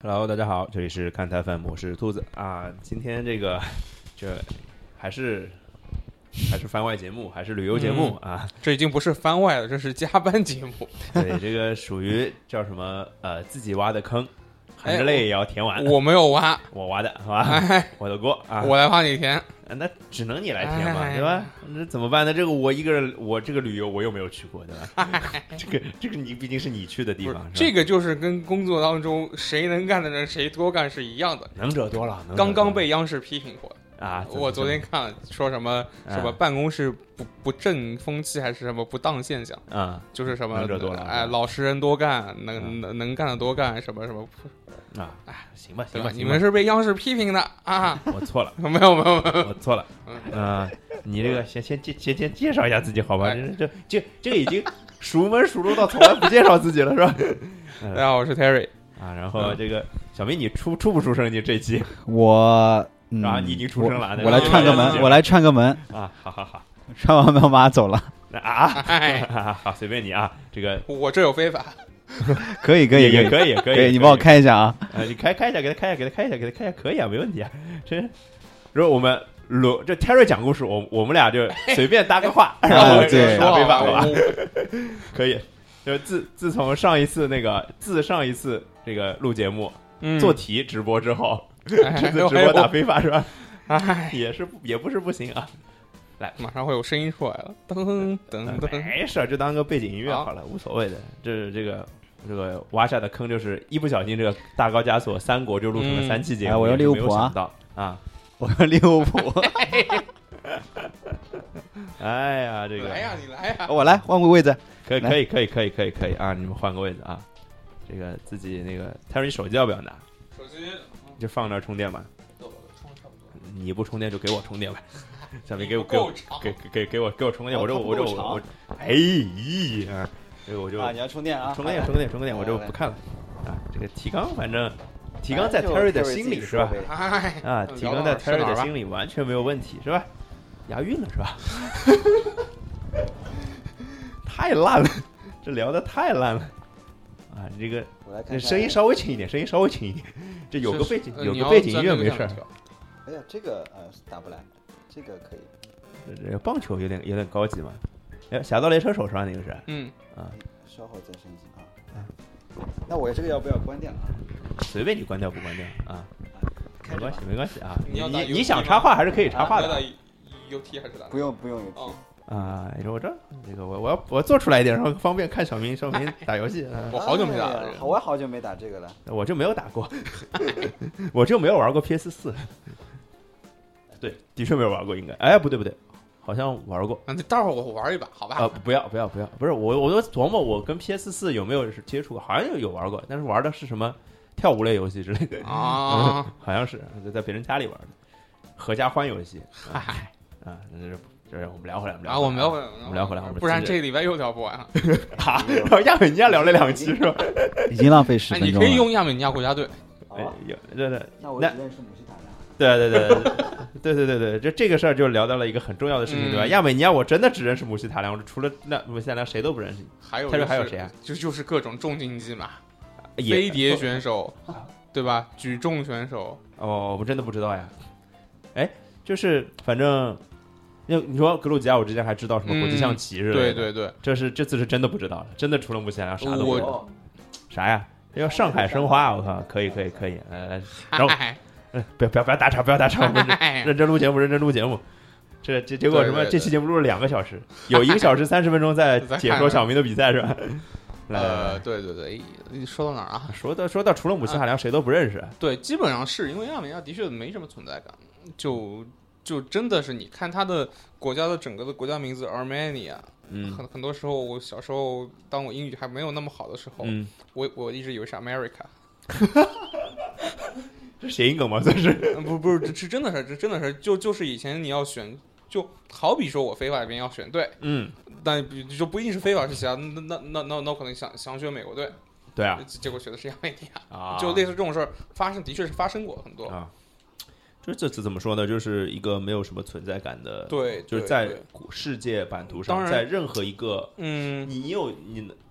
Hello， 大家好，这里是看台FM，我是兔子啊。今天这还是番外节目，还是旅游节目啊？ 这已经不是番外了，这是加班节目。 对，这个属于叫什么自己挖的坑，含着泪也要填完。 我没有挖， 我挖的，好吧？我的锅啊， 我来帮你填。 那只能你来填嘛，对吧？那怎么办呢？这个我一个人，我这个旅游我又没有去过，对吧？这个你毕竟是你去的地方， 这个就是跟工作当中谁能干的人谁多干是一样的。 能者多劳， 刚刚被央视批评过啊！ 我昨天看了说什么办公室不正风气还是什么不当现象啊？ 就是什么能者多劳， 哎，老实人多干，能干的多干，什么啊，哎，行吧， 你们是被央视批评的啊？ 我错了， 没有， 我错了。你这个先介绍一下自己好吧？这个已经熟门熟路到从来不介绍自己了是吧？ 大家好，我是 Terry 啊。然后这个小明，你出不出声？你这期我啊，你已经出声了。 我来串个门，我来串个门啊！好， 串完门我马上走了啊！好，随便你啊。这个我这有非法。 可以， 也可以， 你帮我开一下啊！ 你开一下，给他开一下，可以啊，没问题啊。如果我们这 Terry 讲故事，我们俩就随便搭个话，然后对说非法好吧？可以。就自从上一次这个录节目做题直播之后，这次直播打非法是吧？也不是不行啊。来， 马上会有声音出来了，噔， 没事，就当个背景音乐好了，无所谓的。这个挖下的坑就是一不小心，这个大高加索三国就录成了3期节目， 我要利物浦啊， 我要利物浦。 哎呀，这个来呀，你来呀， 我来换个位置， 可以啊，你们换个位置啊。这个自己那个Terry手机要不要拿？ 手机就放那儿充电吧。 充差不多。 你不充电就给我充电吧。小明给我充电，我哎呀，这个我就你要充电啊， 充电，我就不看了啊。这个提纲反正提纲在 Terry 的心里是吧？啊，提纲在 Terry 的心里完全没有问题是吧？押韵了是吧？太烂了，这聊的太烂了啊！这个声音稍微轻一点，这有个背景音乐没事。 哎呀，这个打不来。这个可以， 这个棒球有点高级嘛？哎，侠盗猎车手是吧？那个是？ 稍后再升级啊。那我这个要不要关掉啊？ 随便你关掉不关掉啊？没关系啊。 你想插话还是可以插话的。 UT 还是打？ 不用 UT 啊。这个我做出来一点，然后方便看小明打游戏。 我好久没打了， 我好久没打这个了， 我就没有打过，我就没有玩过 PS4。对，的确没有玩过，应该。哎，不对，好像玩过。 待会儿我玩一把，好吧？ 不要，不是我都琢磨我跟 PS4有没有接触过，好像有玩过，但是玩的是什么跳舞类游戏之类的啊，好像是在别人家里玩的合家欢游戏。嗨啊，这我们聊回来， 我们聊回来，不然这礼拜又聊不完了啊。然后亚美尼亚聊了2期是吧？ 已经浪费10分钟了。 你可以用亚美尼亚国家队。 对， 那我只认识姆希塔良。 对，这个事儿就聊到了一个很重要的事情，对吧？亚美尼亚我真的只认识姆希塔良，除了那姆希塔良谁都不认识。 还有谁啊？ 就是各种重竞技嘛，飞碟选手，对吧？举重选手。 我真的不知道呀。哎，就是反正你说格鲁吉亚，我之前还知道什么国际象棋之类的。 对， 这次是真的不知道了，真的除了姆希塔良啥都不知道。啥呀？要上海申花，我靠，可以，来，然后。不要打岔，认真录节目。这结果什么？这期节目录了2个小时，有1个小时30分钟在解说小明的比赛是吧？ 对，你说到哪儿啊？ 说到除了姆希塔良谁都不认识。 对，基本上是因为亚美尼亚的确没什么存在感，就真的是你看他的国家的整个的国家名字 Armenia，很多时候我小时候当我英语还没有那么好的时候，我一直以为是 America。 这谐音梗吗？这是不是，这真的是，就是以前你要选，就好比说我非法里边要选队，但就不一定是非法是其他，那可能想选美国队， 对啊， 结果选的是亚美尼亚， 啊， 就类似这种事儿的确是发生过很多啊。这次怎么说呢？就是一个没有什么存在感的， 对， 就是在世界版图上，在任何一个，你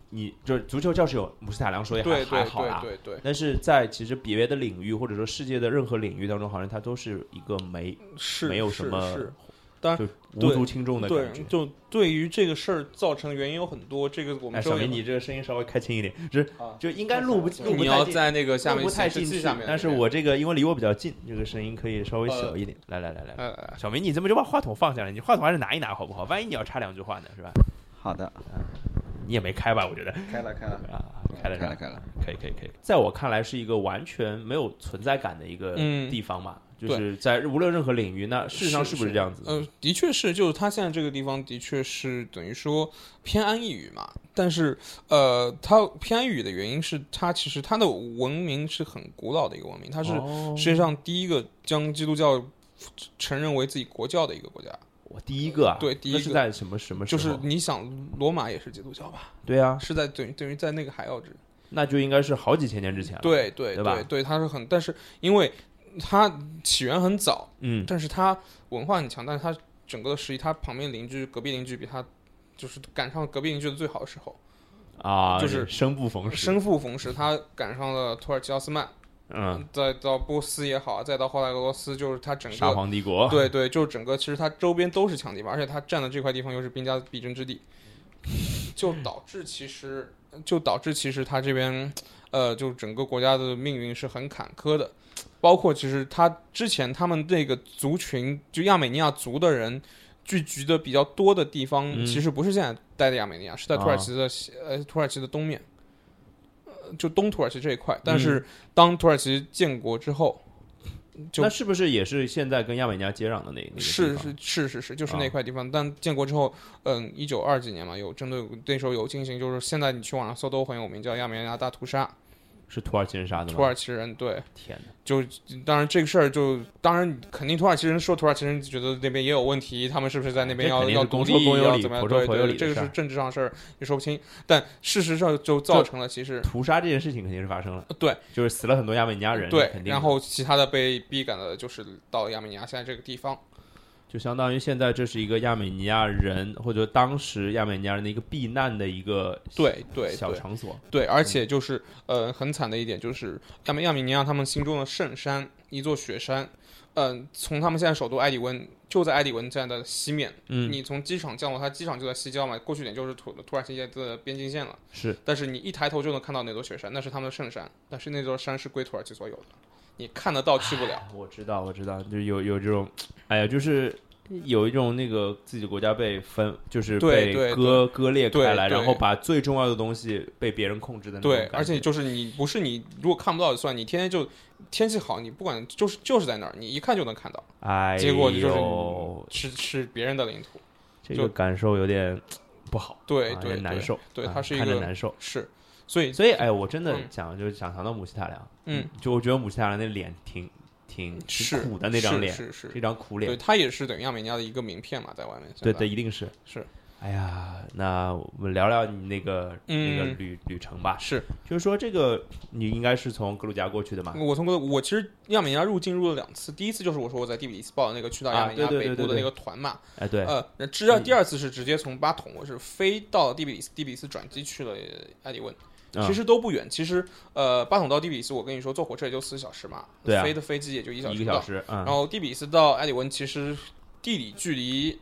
你就是足球教室有姆斯塔良说也还好啦， 对。 但是在其实别的领域或者说世界的任何领域当中，好像它都是一个没有什么。 当然， 无足轻重的感觉。 就对于这个事儿造成的原因有很多，这个我们小明，你这个声音稍微开轻一点，就应该录不你要在那个下面不太进去，但是我这个因为离我比较近，这个声音可以稍微小一点。来，小明，你这么就把话筒放下来，你话筒还是拿一拿好不好？万一你要插2句话呢，是吧？ 好的， 你也没开吧？我觉得开了啊，开了，可以。在我看来是一个完全没有存在感的一个地方嘛。就是在无论任何领域，那事实上是不是这样子？ 的确是，就是他现在这个地方的确是等于说偏安一隅嘛。但是他偏安一隅的原因是他其实他的文明是很古老的一个文明，它是世界上第一个将基督教承认为自己国教的一个国家。 我第一个啊， 对，第一个是在什么时候？ 就是你想，罗马也是基督教吧？ 对啊， 是在等于在那个还要之， 那就应该是好几千年之前了。 对吧？ 对，它是很，但是因为它起源很早，但是它文化很强，但是它整个的实力，它旁边隔壁邻居比它就是赶上隔壁邻居的最好的时候啊， 就是生不逢时， 他赶上了土耳其奥斯曼。再到波斯也好，再到后来俄罗斯，就是它整个沙皇帝国， 对，就是整个其实它周边都是强地方，而且它占的这块地方又是兵家必争之地，就导致其实它这边就整个国家的命运是很坎坷的，包括其实它之前他们那个族群就亚美尼亚族的人聚集的比较多的地方，其实不是现在待的亚美尼亚，是在土耳其的东面。就东土耳其这一块，但是当土耳其建国之后， 那是不是也是现在跟亚美尼亚接壤的那个地方？ 是，就是那块地方。但建国之后，1920几年嘛，有针对那时候有进行，就是现在你去网上搜都很有名，叫亚美尼亚大屠杀。 是土耳其人杀的吗？ 土耳其人，对。 天哪！ 就当然这个事儿当然肯定土耳其人说土耳其人觉得那边也有问题，他们是不是在那边要独立要怎么样？对，这个是政治上的事儿，也说不清。但事实上就造成了其实屠杀这件事情肯定是发生了， 对， 就是死了很多亚美尼亚人， 对， 肯定。 然后其他的被逼赶的就是到了亚美尼亚现在这个地方。 就相当于现在这是一个亚美尼亚人或者当时亚美尼亚人的一个避难的一个小场所。 对，而且就是很惨的一点就是亚美尼亚他们心中的圣山，一座雪山，从他们现在首都埃里温就在埃里温站的西面，你从机场降落，它机场就在西郊嘛，过去点就是土耳其的边境线了。 是， 但是你一抬头就能看到那座雪山，那是他们的圣山，但是那座山是归土耳其所有的。你看得到去不了。 我知道，就有这种，哎呀，就是有一种那个自己的国家被分，就是被割裂开来，然后把最重要的东西被别人控制的那种感觉。 对，而且就是你如果看不到就算，你天天就天气好，你不管就是在那儿，你一看就能看到。结果就是别人的领土， 这个感受有点不好， 对， 难受， 对，它是一个看着难受， 是。 所以哎，我真的想到姆希塔良，就我觉得姆希塔良那脸挺苦的那张脸， 是一张苦脸。 对，他也是等于亚美尼亚的一个名片嘛，在外面。 对，一定是。哎呀，那我们聊聊你那个旅程吧。 是， 就是说这个你应该是从格鲁吉亚过去的嘛？ 我其实亚美尼亚入了2次，第一次就是我说我在第比利斯报的那个去到亚美尼亚北部的那个团嘛。 哎，对。 第二次是直接从巴统，我是飞到第比利斯转机去了埃里温。其实都不远，其实巴统到第比利斯，我跟你说坐火车也就4小时嘛， 对啊， 飞的飞机也就1 小时， 然后第比利斯到埃里温其实地理距离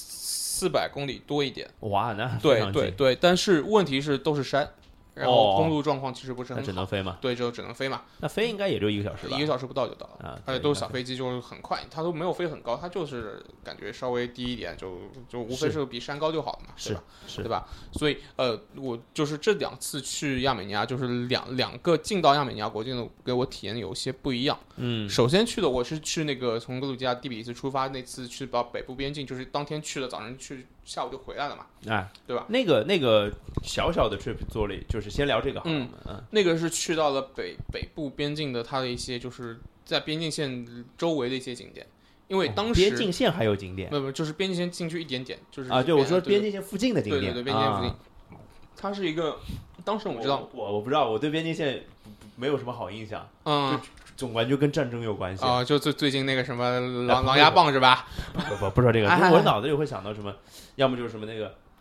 400公里多一点。 哇，那对，但是问题是都是山，然后公路状况其实不是很好， 那只能飞吗？ 对，只能飞嘛。 那飞应该也就1个小时吧？1 个小时不到就到了啊，而且都是小飞机，就是很快，它都没有飞很高，它就是感觉稍微低一点，就无非是比山高就好了嘛，对吧？对吧？所以我就是这2次去亚美尼亚，就是两个进到亚美尼亚国境的，给我体验有些不一样。首先去的我是去那个从格鲁吉亚第比利斯出发，那次去到北部边境，就是当天去的，早上去，下午就回来了嘛，对吧？ 那个小小的 trip 做了，就是先聊这个好了。 那个是去到了北部边境的，它的一些就是在边境线周围的一些景点。因为当时边境线还有景点， 不就是边境线进去一点点，就是对，我说边境线附近的景点， 对，边境线附近，它是一个，当时我知道， 我不知道，我对边境线没有什么好印象，总感觉跟战争有关系啊，就最近那个什么狼牙棒是吧？ 不说这个，我脑子里会想到什么，要么就是什么那个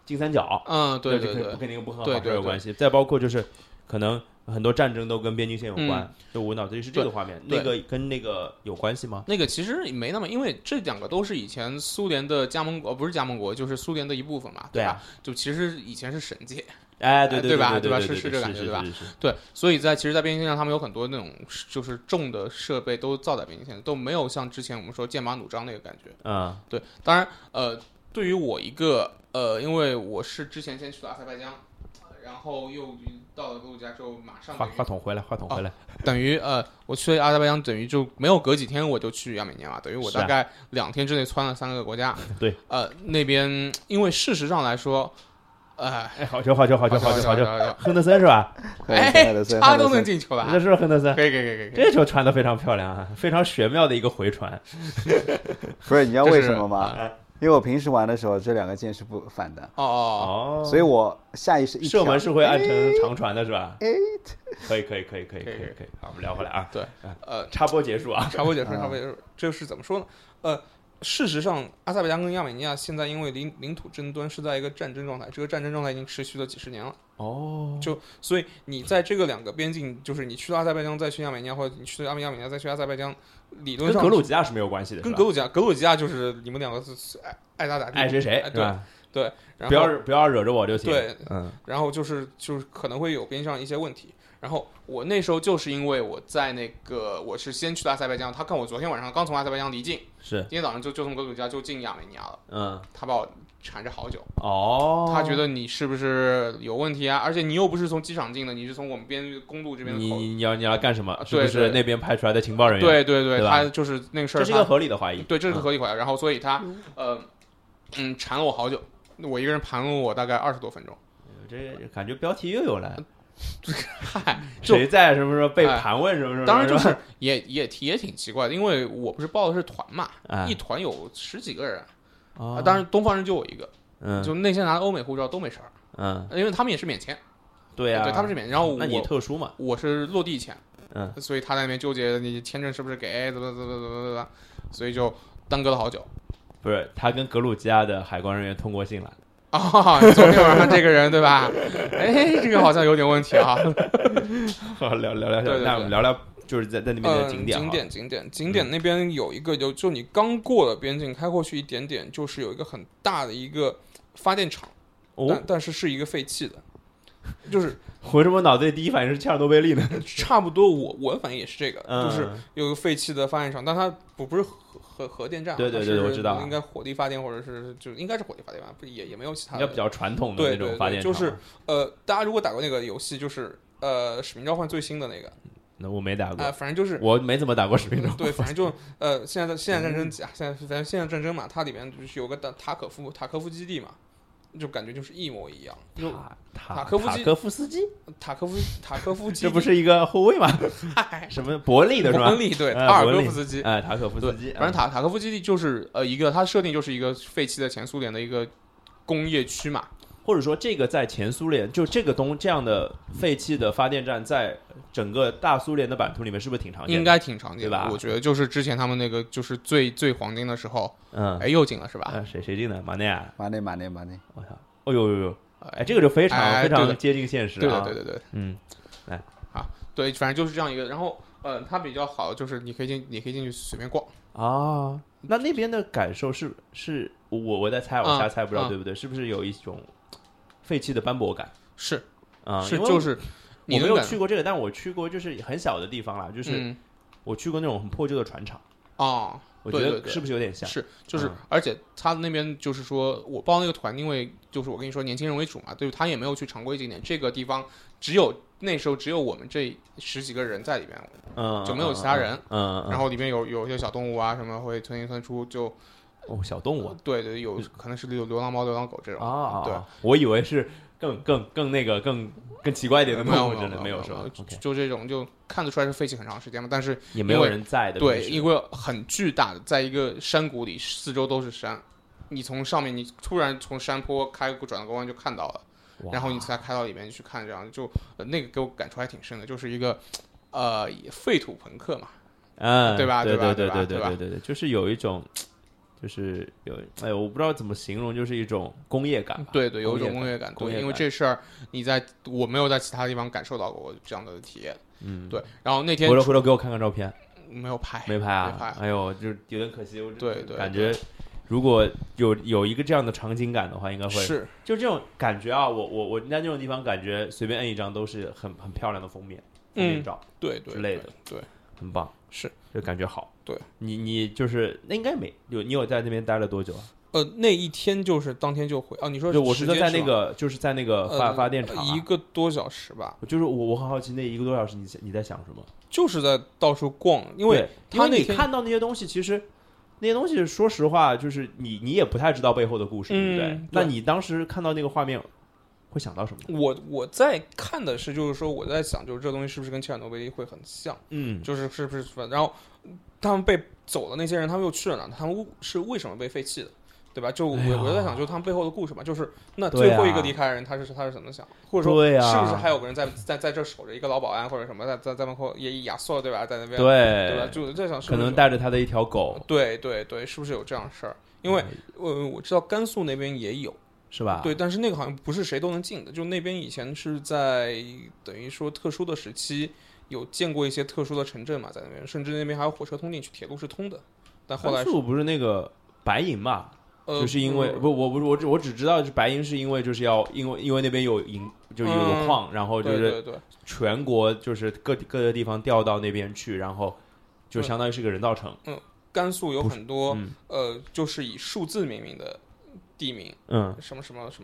金三角， 对， 肯定不和好事有关系。再包括就是可能很多战争都跟边境线有关，就我脑子里是这个画面。那个跟那个有关系吗？ 那个其实没那么，因为这2个都是以前苏联的加盟国，不是加盟国，就是苏联的一部分嘛，对吧？就其实以前是省界。 对吧？ 是这个感觉，对吧？ 对， 所以其实，在边境线上，他们有很多那种就是重的设备都造在边境线，都没有像之前我们说剑拔弩张那个感觉。对。当然，对于我一个因为我是之前先去了阿塞拜疆，然后又到了格鲁吉亚之后，马上话筒回来， 等于我去了阿塞拜疆，等于就没有隔几天我就去亚美尼亚了，等于我大概2天之内窜了3个国家。 对， 那边因为事实上来说。 好球！亨德森是吧？ 他都能进球了， 这是亨德森， 可以， 这球传得非常漂亮啊，非常玄妙的一个回传。 不是你知道为什么吗？因为我平时玩的时候，这2个键是不反的所以我下意识一射门是会按成长传的是吧？可以，好，我们聊回来啊。 对， 插播结束啊， 插播结束，这是怎么说呢？事实上，阿塞拜疆跟亚美尼亚现在因为领土争端是在一个战争状态，这个战争状态已经持续了几十年了。所以你在这个2个边境，就是你去了阿塞拜疆再去亚美尼亚，或者你去了亚美尼亚再去阿塞拜疆，理论上跟格鲁吉亚是没有关系的。 跟格鲁吉亚就是你们2个是爱打爱谁， 对，然后不要惹着我就行。 对，然后就是可能会有边上一些问题。然后我那时候就是因为我在我是先去了阿塞拜疆，他看我昨天晚上刚从阿塞拜疆离境，今天早上就从格鲁吉亚就进亚美尼亚了。他把我缠着好久。他觉得你是不是有问题啊？而且你又不是从机场进的，你是从我们边公路这边的口。 你要干什么？是不是那边派出来的情报人员？ 对， 他就是那个事儿。 这是一个合理的怀疑。 对，这是合理怀疑。然后所以他缠了我好久，我一个人盘了我大概20多分钟。 这感觉标题又有了。 嗨， 谁在什么时候被盘问什么什么？ 当然就是也挺奇怪的，因为我不是报的是团嘛，一团有10几个人，当然东方人就我一个，就那些拿欧美护照都没事儿，因为他们也是免签， 对他们是免签，然后那你特殊嘛， 我是落地签，所以他在那边纠结你签证是不是给怎么，所以就耽搁了好久。 不是，他跟格鲁吉亚的海关人员通过信了。 昨天晚上这个人对吧？这个好像有点问题啊。 好，聊，那我们聊聊就是在那边的景点。 景点那边有一个，就你刚过了边境开过去一点点，就是有一个很大的一个发电厂，但是一个废弃的，就是为什么脑子里第一反应是切尔诺贝利呢？ 差不多，我的反应也是这个，就是有个废弃的发电厂，但它不是核电站， 对，我知道， 应该火力发电，或者是就应该是火力发电吧，也没有其他的， 应该比较传统的那种发电厂。 就是大家如果打过那个游戏，就是使命召唤最新的那个， 那我没打过， 反正就是我没怎么打过使命召唤。 对，反正就现在战争现在战争嘛，它里面就是有个塔可夫基地嘛。就感觉就是一模一样。塔科夫斯基，塔科夫基地， 这不是一个后卫吗？什么伯利的是吧？ 伯利对，阿尔科夫斯基， 塔可夫斯基。 反正塔科夫基地就是一个，它设定就是一个废弃的前苏联的一个工业区嘛。 或者说，这个在前苏联，就这个这样的废弃的发电站，在整个大苏联的版图里面，是不是挺常见的？ 应该挺常见的， 对吧？ 我觉得就是之前他们那个就是最黄金的时候，又进了是吧？ 谁进的？马内啊？ 马内， 我操！哦呦，这个就非常接近现实啊！对， 来啊，对，反正就是这样一个。然后它比较好，就是你可以进去随便逛啊。那边的感受是我在猜，我瞎猜，不知道对不对？是不是有一种废弃的斑驳感？ 是就是我没有去过这个，但我去过就是很小的地方啦，就是我去过那种很破旧的船厂啊。 我觉得是不是有点像？ 是，就是，而且他那边就是说，我报那个团，因为就是我跟你说年轻人为主嘛，对，他也没有去常规景点，这个地方那时候只有我们这10几个人在里边，就没有其他人，然后里边有些小动物啊什么会村进村出，就小动物， 对，有可能是流浪猫、流浪狗这种对， 我以为是更那个更奇怪一点的动物，真的没有说， 就这种就看得出来是废弃很长时间嘛，但是也没有人在的， 对，因为很巨大的，在一个山谷里，四周都是山，你从上面，你突然从山坡转了个弯就看到了，然后你才开到里面去看，这样就那个给我感触还挺深的，就是一个废土朋克嘛，对吧？ 对，就是有一种就是我不知道怎么形容，就是一种工业感。 对，有一种工业感。对，因为这事儿我没有在其他地方感受到过这样的体验。对。然后那天回头给我看看照片。 没有拍啊。哎呦，就有点可惜。 对， 感觉如果有一个这样的场景感的话，应该会是就这种感觉啊。我在那种地方感觉随便摁一张都是很漂亮的封面照， 对之类的， 对， 很棒， 是就感觉好。 对， 你就是那应该你有在那边待了多久啊？ 那一天就是当天就回你说我是在那个就是在那个发电厂 1个多小时吧。 就是我很好奇，那1个多小时你在想什么？ 就是在到处逛，因为你看到那些东西，其实那些东西说实话，就是你也不太知道背后的故事，对不对？那你当时看到那个画面会想到什么？ 我在看的是，就是说我在想，就是这东西是不是跟切尔诺贝利会很像？就是是不是？然后他们被走的那些人，他们又去了哪？他们是为什么被废弃的？对吧？就我在想，就是他们背后的故事嘛，就是那最后一个离开的人，他是怎么想，或者说是不是还有个人在这守着一个老保安或者什么，在门口也亚瑟对吧，在那边对吧？就在想是不是可能带着他的一条狗， 对，是不是有这样的事儿？因为我知道甘肃那边也有， 是吧？ 对，但是那个好像不是谁都能进的，就那边以前是在等于说特殊的时期有建过一些特殊的城镇嘛，在那边，甚至那边还有火车通进去，铁路是通的。但后来甘肃不是那个白银嘛？就是因为我只知道是白银是因为就是要因为那边有银，就有个矿，然后就是全国就是各个地方调到那边去，然后就相当于是个人造城。 甘肃有很多就是以数字命名的地名，什么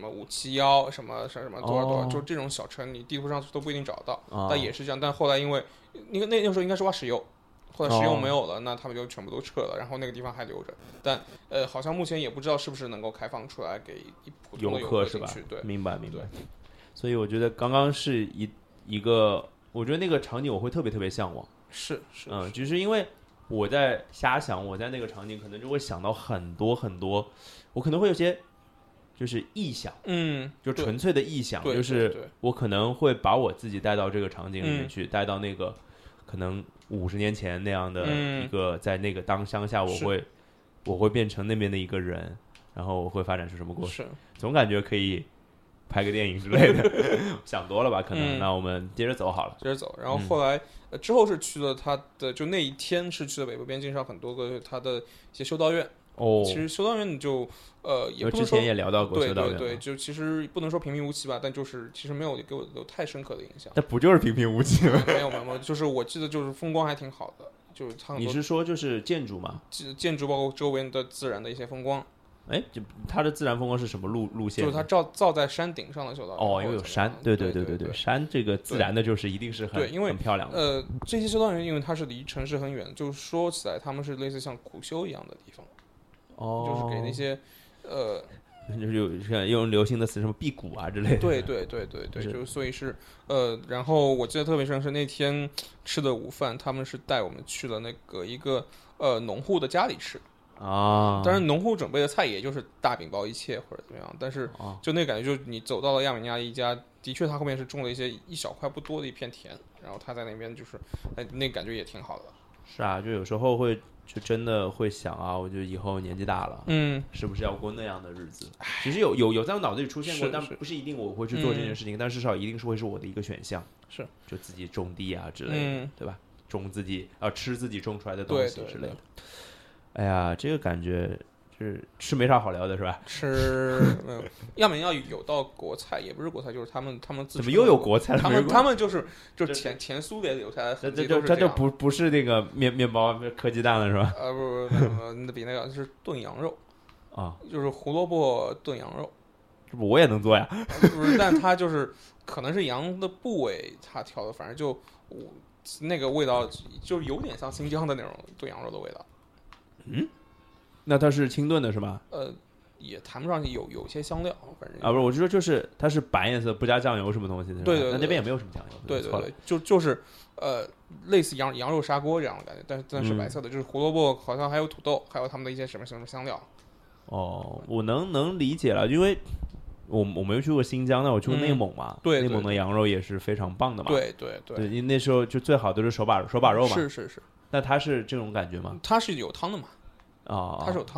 571，什么多少，就这种小城，你地图上都不一定找得到，但也是这样。但后来因为那时候应该是挖石油。后来石油没有了，那他们就全部都撤了，然后那个地方还留着，但好像目前也不知道是不是能够开放出来给普通的游客进去。对， 明白。所以我觉得刚刚是一个，我觉得那个场景我会特别特别向往。 是， 就是因为我在瞎想，我在那个场景可能就会想到很多很多，我可能会有些就是臆想，就纯粹的臆想，就是我可能会把我自己带到这个场景里面去，带到那个可能50年前那样的一个，在那个当乡下，我会变成那边的一个人，然后我会发展出什么故事？总感觉可以拍个电影之类的，想多了吧？可能。那我们接着走好了， 接着走。然后后来之后是去了他的，就那一天是去了北部边境上很多个他的一些修道院。其实修道院就也不能说， 之前也聊到过修道院， 对，就其实不能说平平无奇吧，但就是其实没有给我有太深刻的印象。 那不就是平平无奇吗？ 没有，就是我记得就是风光还挺好的，就是它你是说就是建筑吗？ 建筑包括周围的自然的一些风光。 就它的自然风光是什么路线？ 就是它造在山顶上的修道院。 因为有山，对，山这个自然的就是一定是很漂亮的。 这些修道院因为它是离城市很远，就说起来他们是类似像苦修一样的地方。就是给那些就是用流行的词什么辟谷啊之类的。 对，就所以是然后我记得特别深是那天吃的午饭，他们是带我们去了那个一个农户的家里吃当然农户准备的菜也就是大饼包一切或者怎么样，但是就那感觉就是你走到了亚美尼亚一家，的确他后面是种了一小块不多的一片田，然后他在那边就是那感觉也挺好的。 是啊，就有时候就真的会想啊，我就以后年纪大了，是不是要过那样的日子？其实有在我脑子里出现过，但不是一定我会去做这件事情，但至少一定是会是我的一个选项。 是， 就自己种地啊之类的，对吧？种自己吃自己种出来的东西之类的。哎呀，这个感觉是吃没啥好聊的，是吧？ 吃没有，亚美尼亚有道国菜，也不是国菜，就是他们自怎么又有国菜了？ 他们就是前苏联留下来的， 这就不是那个面包磕鸡蛋了，是吧？ 不，比那个是炖羊肉啊， 就是胡萝卜炖羊肉。 这不我也能做呀？ 不是，但它就是可能是羊的部位它挑的，反正就那个味道就有点像新疆的那种炖羊肉的味道。 那它是清炖的是吗？ 也谈不上有些香料，反正不是，我是说就是它是白颜色，不加酱油什么东西的。 对， 那边也没有什么酱油。 对，就是类似羊肉砂锅这样的感觉，但是白色的，就是胡萝卜，好像还有土豆，还有他们的一些什么香料。 我能理解了，因为我没有去过新疆，但我去过内蒙嘛。 对， 内蒙的羊肉也是非常棒的嘛。 对， 因为那时候就最好都是手把肉嘛。 是。 那它是这种感觉吗？ 它是有汤的嘛？ 它是有汤的。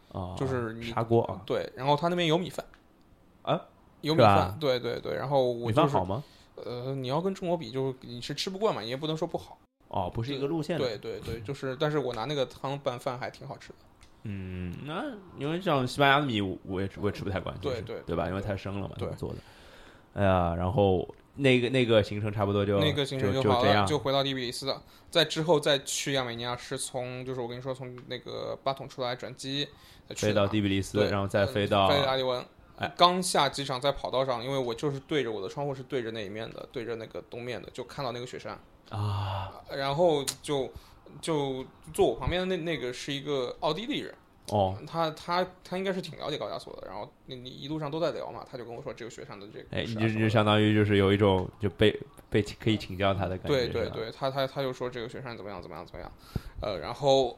就是砂锅啊。 对，然后他那边有米饭啊， 有米饭，对，然后我米饭好吗？ 你要跟中国比，就是你是吃不惯嘛，你也不能说不好。 不是一个路线的。 对，就是，但是我拿那个汤拌饭还挺好吃的。 那因为像西班牙的米，我也吃不太惯，对吧？因为太生了嘛， 对做的。哎呀，然后那个行程差不多就那个行程就好了， 就回到第比利斯了。在之后再去亚美尼亚是就是我跟你说从那个巴统出来转机， 飞到第比利斯，然后再飞到阿利文。刚下机场在跑道上，因为我就是对着我的窗户是对着那一面的，对着那个东面的，就看到那个雪山啊。 然后就坐我旁边的那个是一个奥地利人。他应该是挺了解高加索的，然后你一路上都在聊嘛，他就跟我说这个雪山的这个， 你就相当于就是有一种就被可以请教他的感觉。 对，他就说这个雪山怎么样，然后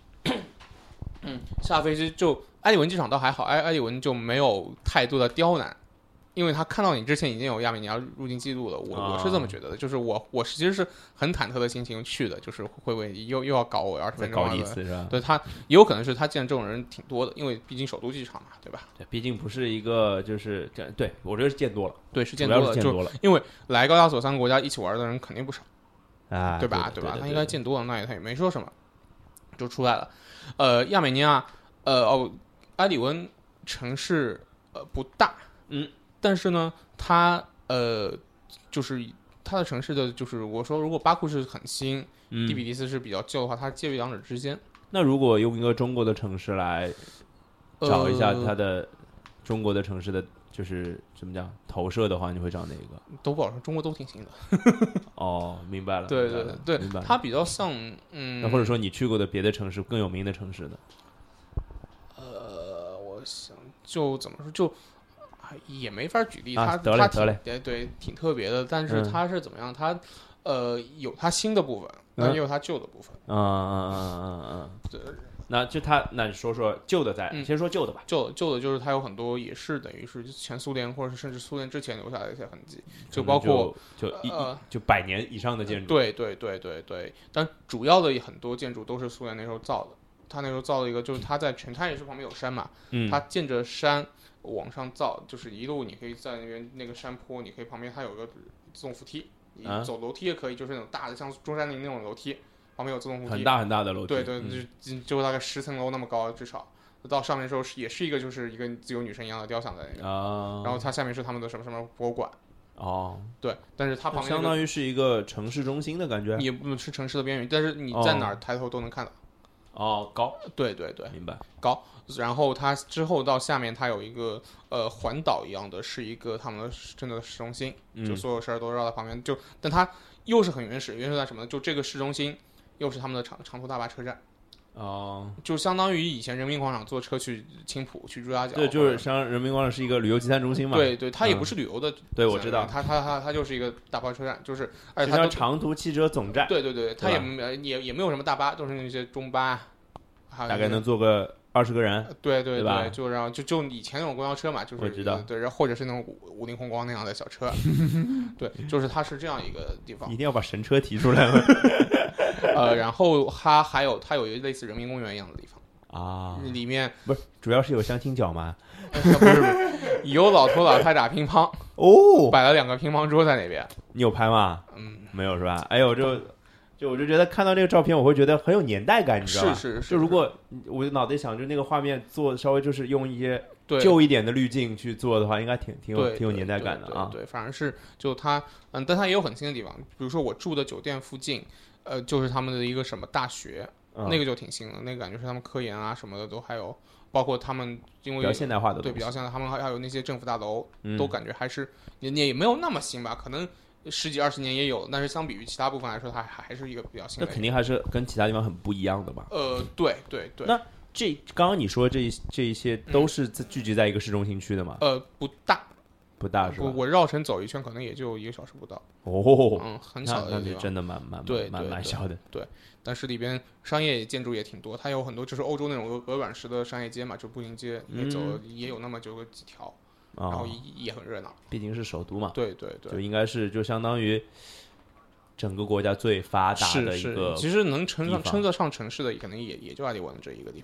下飞机就埃里文机场倒还好，埃里文就没有太多的刁难，因为他看到你之前已经有亚美尼亚入境记录了，我是这么觉得的，就是我其实是很忐忑的心情去的，就是会不会又要搞我20分钟搞一次是吧？ 对，他也有可能是他见这种人挺多的，因为毕竟首都机场嘛，对吧？ 对，毕竟不是一个就是对，我觉得是见多了， 对，是见多了，就因为来高加索3个国家一起玩的人肯定不少对吧？他应该见多了，那他也没说什么，就出来了。亚美尼亚埃里文城市不大，但是呢，它就是它的城市的，就是我说，如果巴库是很新，第比利斯是比较旧的话，它介于两者之间。 那如果用一个中国的城市来找一下它的中国的城市的，就是怎么讲投射的话，你会找哪个？ 都不好说，中国都挺新的。 明白了。 对， 明白了。 它比较像那或者说你去过的别的城市更有名的城市呢？ 我想就怎么说就。也没法举例， 他对挺特别的，但是他是怎么样？他有他新的部分，但也有他旧的部分。对， 那你说旧的先说旧的吧。 旧的就是它有很多也是等于是前苏联或者是甚至苏联之前留下的一些痕迹，就包括就100年以上的建筑。 对，但主要的很多建筑都是苏联那时候造的。他那时候造了一个，就是他在它也是旁边有山嘛，他建着山往上造，就是一路你可以在那边那个山坡，你可以旁边它有个自动扶梯，你走楼梯也可以，就是那种大的像中山陵那种楼梯，旁边有自动扶梯， 很大很大的楼梯， 对，就大概10层楼那么高，至少到上面的时候也是一个就是一个自由女神一样的雕像在那边，然后它下面是他们的什么什么博物馆。对，但是它旁边相当于是一个城市中心的感觉， 也不是城市的边缘，但是你在哪儿抬头都能看到。 高， 对， 明白， 高。然后它之后到下面，它有一个环岛一样的，是一个他们的真的市中心，就所有事儿都绕在旁边。但它又是很原始在什么呢？就这个市中心又是他们的长途大巴车站。就相当于以前人民广场坐车去青浦去朱家角。 对，就是像人民广场是一个旅游集散中心嘛。 对，它也不是旅游的。 对，我知道。 它就是一个大巴车站，就是而且它叫长途汽车总站。 对，它也没有什么大巴，都是那些中巴， 大概能坐个20个人。 对， 就然后就以前那种公交车嘛，就是我知道。 对，或者是那种五菱宏光那样的小车。对，就是它是这样一个地方。 一定要把神车提出来了。 然后它有一个类似人民公园一样的地方里面不是主要是有相亲角吗？ 不是，有老头老太打乒乓摆了2个乒乓桌在那边。 你有拍吗？没有是吧？哎呦，我就觉得看到这个照片，我会觉得很有年代感，你知道吗？ 是。 就如果我脑袋想，就那个画面做稍微就是用一些旧一点的滤镜去做的话，应该挺有年代感的啊。 对，反正是就它但它也有很新的地方，比如说我住的酒店附近。就是他们的一个什么大学，那个就挺新的，那个感觉是他们科研啊什么的都还有，包括他们因为比较现代化的对比较现代，他们还有那些政府大楼，都感觉还是也没有那么新吧，可能10几20年也有，但是相比于其他部分来说，它还是一个比较新的。 那肯定还是跟其他地方很不一样的吧？ 对。 那刚刚你说这一些都是聚集在一个市中心区的吗？不大是吧？ 我绕城走一圈，可能也就1个小时不到。很小的地方， 那真的蛮小的。 对，但是里边商业建筑也挺多，它有很多就是欧洲那种鹅卵石的商业街嘛，就步行街也走也有那么就几条，然后也很热闹。 毕竟是首都嘛。 对， 就应该是就相当于整个国家最发达的一个， 其实能称得上城市的，可能也就阿里文这一个地方了。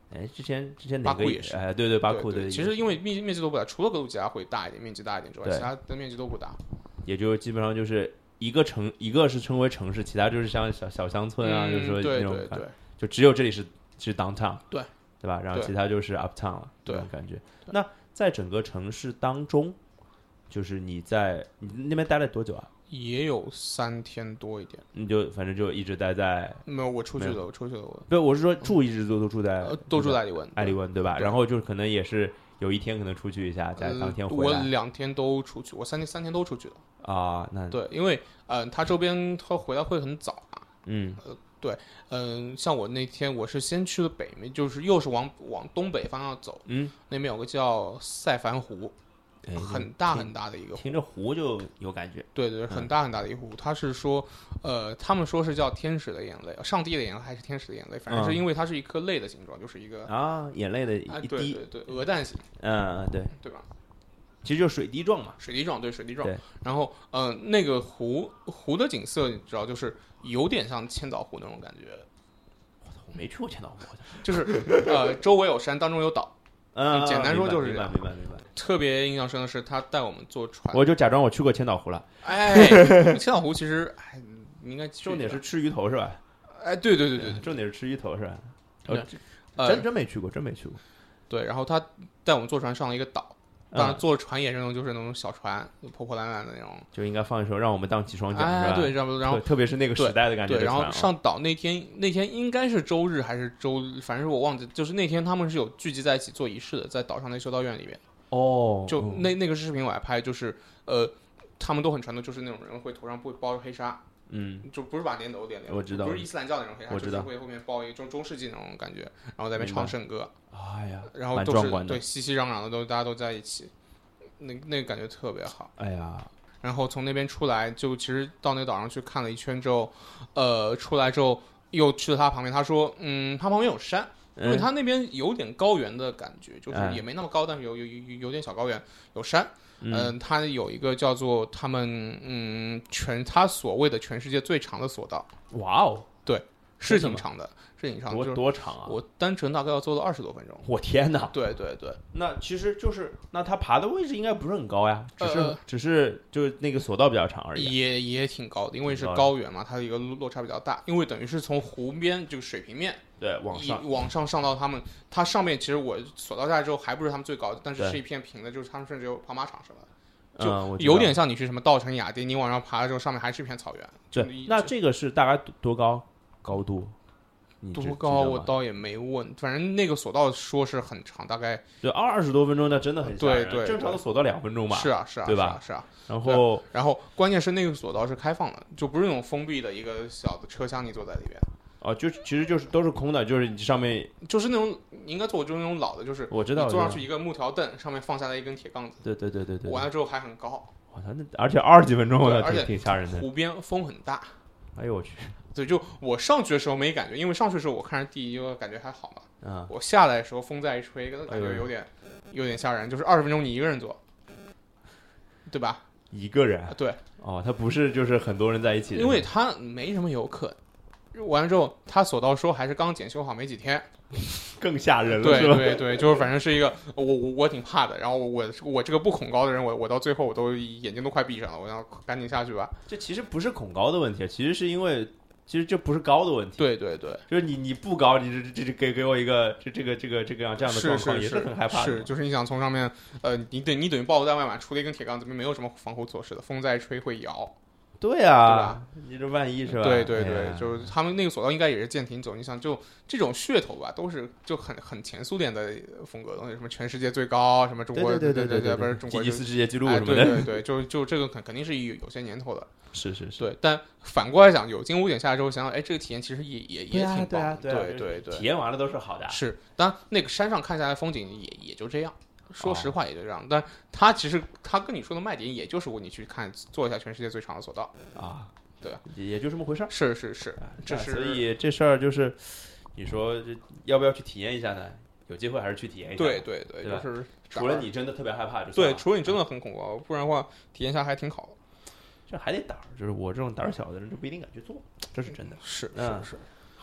之前哪个也是？ 对，巴库对。其实因为面积都不大，除了格鲁吉亚会大一点，面积大一点之外，其他的面积都不大。 也就基本上就是一个是称为城市，其他就是像小乡村啊，就是说那种对， 就只有这里是 downtown， 对吧？然后其他就是 uptown 了，这种感觉。那在整个城市当中，就是你那边待了多久啊？ 也有3天多一点。 你就反正就一直待在？ 没有，我出去了。 不，我是说一直都住在艾利温，对吧？然后就可能也是有一天可能出去一下，在当天回来。 我2天都出去，我3天都出去了。 啊，那对，因为他周边他回来会很早嘛。对，像我那天我是先去了北面，就是又是往东北方向走。那边有个叫塞凡湖。很大很大的一个湖， 听着湖就有感觉。 对，很大很大的一个湖。他是说，他们说是叫天使的眼泪，上帝的眼泪还是天使的眼泪？反正是因为它是一颗泪的形状，就是一个眼泪的一滴。 对，鹅蛋形。对吧？ 其实就是水滴状嘛。 水滴状。然后，那个湖的景色，你知道，就是有点像千岛湖那种感觉。 我没去过千岛湖， 就是周围有山，当中有岛。简单说就是这样。 明白。 特别印象深的是他带我们坐船， 我就假装我去过千岛湖了。 千岛湖其实你应该重点是吃鱼头是吧？ 对， 重点是吃鱼头是吧？真没去过。 对，然后他带我们坐船上了一个岛，当然坐船也是就是那种小船，破破烂烂的那种， 就应该放一首《让我们荡起双桨》是吧？ 对，然后特别是那个时代的感觉。 对，然后上岛那天应该是周日还是周，反正我忘记，就是那天他们是有聚集在一起做仪式的，在岛上那修道院里面。就那个视频我还拍，就是他们都很传统，就是那种人会头上包着黑纱，就不是把脸都脸， 我知道， 不是伊斯兰教那种黑纱，就是会后面包一个中世纪那种感觉，然后在那边唱圣歌， 哎呀， 然后都是对熙熙攘攘的，大家都在一起，那个感觉特别好， 哎呀。 然后从那边出来，就其实到那个岛上去看了一圈之后，出来之后又去了他旁边，他说，他旁边有山。因为它那边有点高原的感觉，就是也没那么高，但是有点小高原，有山。它有一个叫做他们它所谓的全世界最长的索道。 哇哦， 对，是挺长的， 多长啊？ 我单程大概要坐了20多分钟。 我天哪！ 对。 那其实就是它爬的位置应该不是很高呀，只是就是那个索道比较长而已。也挺高的，因为是高原嘛，它的一个落差比较大，因为等于是从湖边这个水平面。 对， 往上上到它上面，其实我索道下来之后还不是他们最高的，但是是一片平的，就是他们甚至有跑马场什么的，就有点像你去什么稻城亚丁，你往上爬了之后，上面还是一片草原。 对，那这个是大概多高高度？ 多高我倒也没问，反正那个索道说是很长，大概就20多分钟，那真的很吓人。 对， 正常的索道2分钟吧。 是啊， 对吧？ 是啊。 然后关键是那个索道是开放的，就不是那种封闭的一个小的车厢，你坐在里边。 就其实就是都是空的，就是你上面就是那种你应该坐就是那种老的，就是我知道， 你坐上去一个木条凳，上面放下来一根铁杠子。 对。 完了之后还很高。 而且20几分钟，而且挺吓人的。 湖边风很大。 哎呦我去！ 对，就我上去的时候没感觉，因为上去的时候我看着地，就感觉还好嘛。我下来的时候风再一吹，感觉有点吓人。就是20分钟你一个人坐，对吧？ 一个人？ 对。 他不是就是很多人在一起的， 因为他没什么游客。完了之后，他索道说还是刚检修好没几天， 更吓人了。 对，就是反正是一个我挺怕的。然后我这个不恐高的人，我到最后我都眼睛都快闭上了，我要赶紧下去吧。 这其实不是恐高的问题，其实是因为其实这不是高的问题。 对， 就是你不高，你这给我一个这样的状况也是很害怕的。 是，就是你想从上面你等于暴露在外面，除了一根铁杠子，没有什么防护措施的，风再吹会摇。 对啊，你这万一是吧？ 对，就是他们那个索道应该也是舰艇走，你想就这种噱头吧，都是就很前苏联的风格的东西，什么全世界最高，什么中国对， 不是中国吉尼斯世界纪录什么的， 对，就这个肯定是有些年头的， 是， 对。但反过来讲，有惊无险下来之后，想想，这个体验其实也挺棒，对， 体验完了都是好的。 是，当然那个山上看下来风景也就这样。说实话也就这样，但他其实他跟你说的卖点，也就是你去看做一下全世界最长的索道啊， 对， 也就这么回事儿。 是，这是所以这事儿就是，你说要不要去体验一下呢？有机会还是去体验一下。 对， 就是除了你真的特别害怕， 对，除了你真的很恐高，不然的话体验一下还挺好的。 这还得胆儿，就是我这种胆儿小的人就不一定敢去做，这是真的。 是。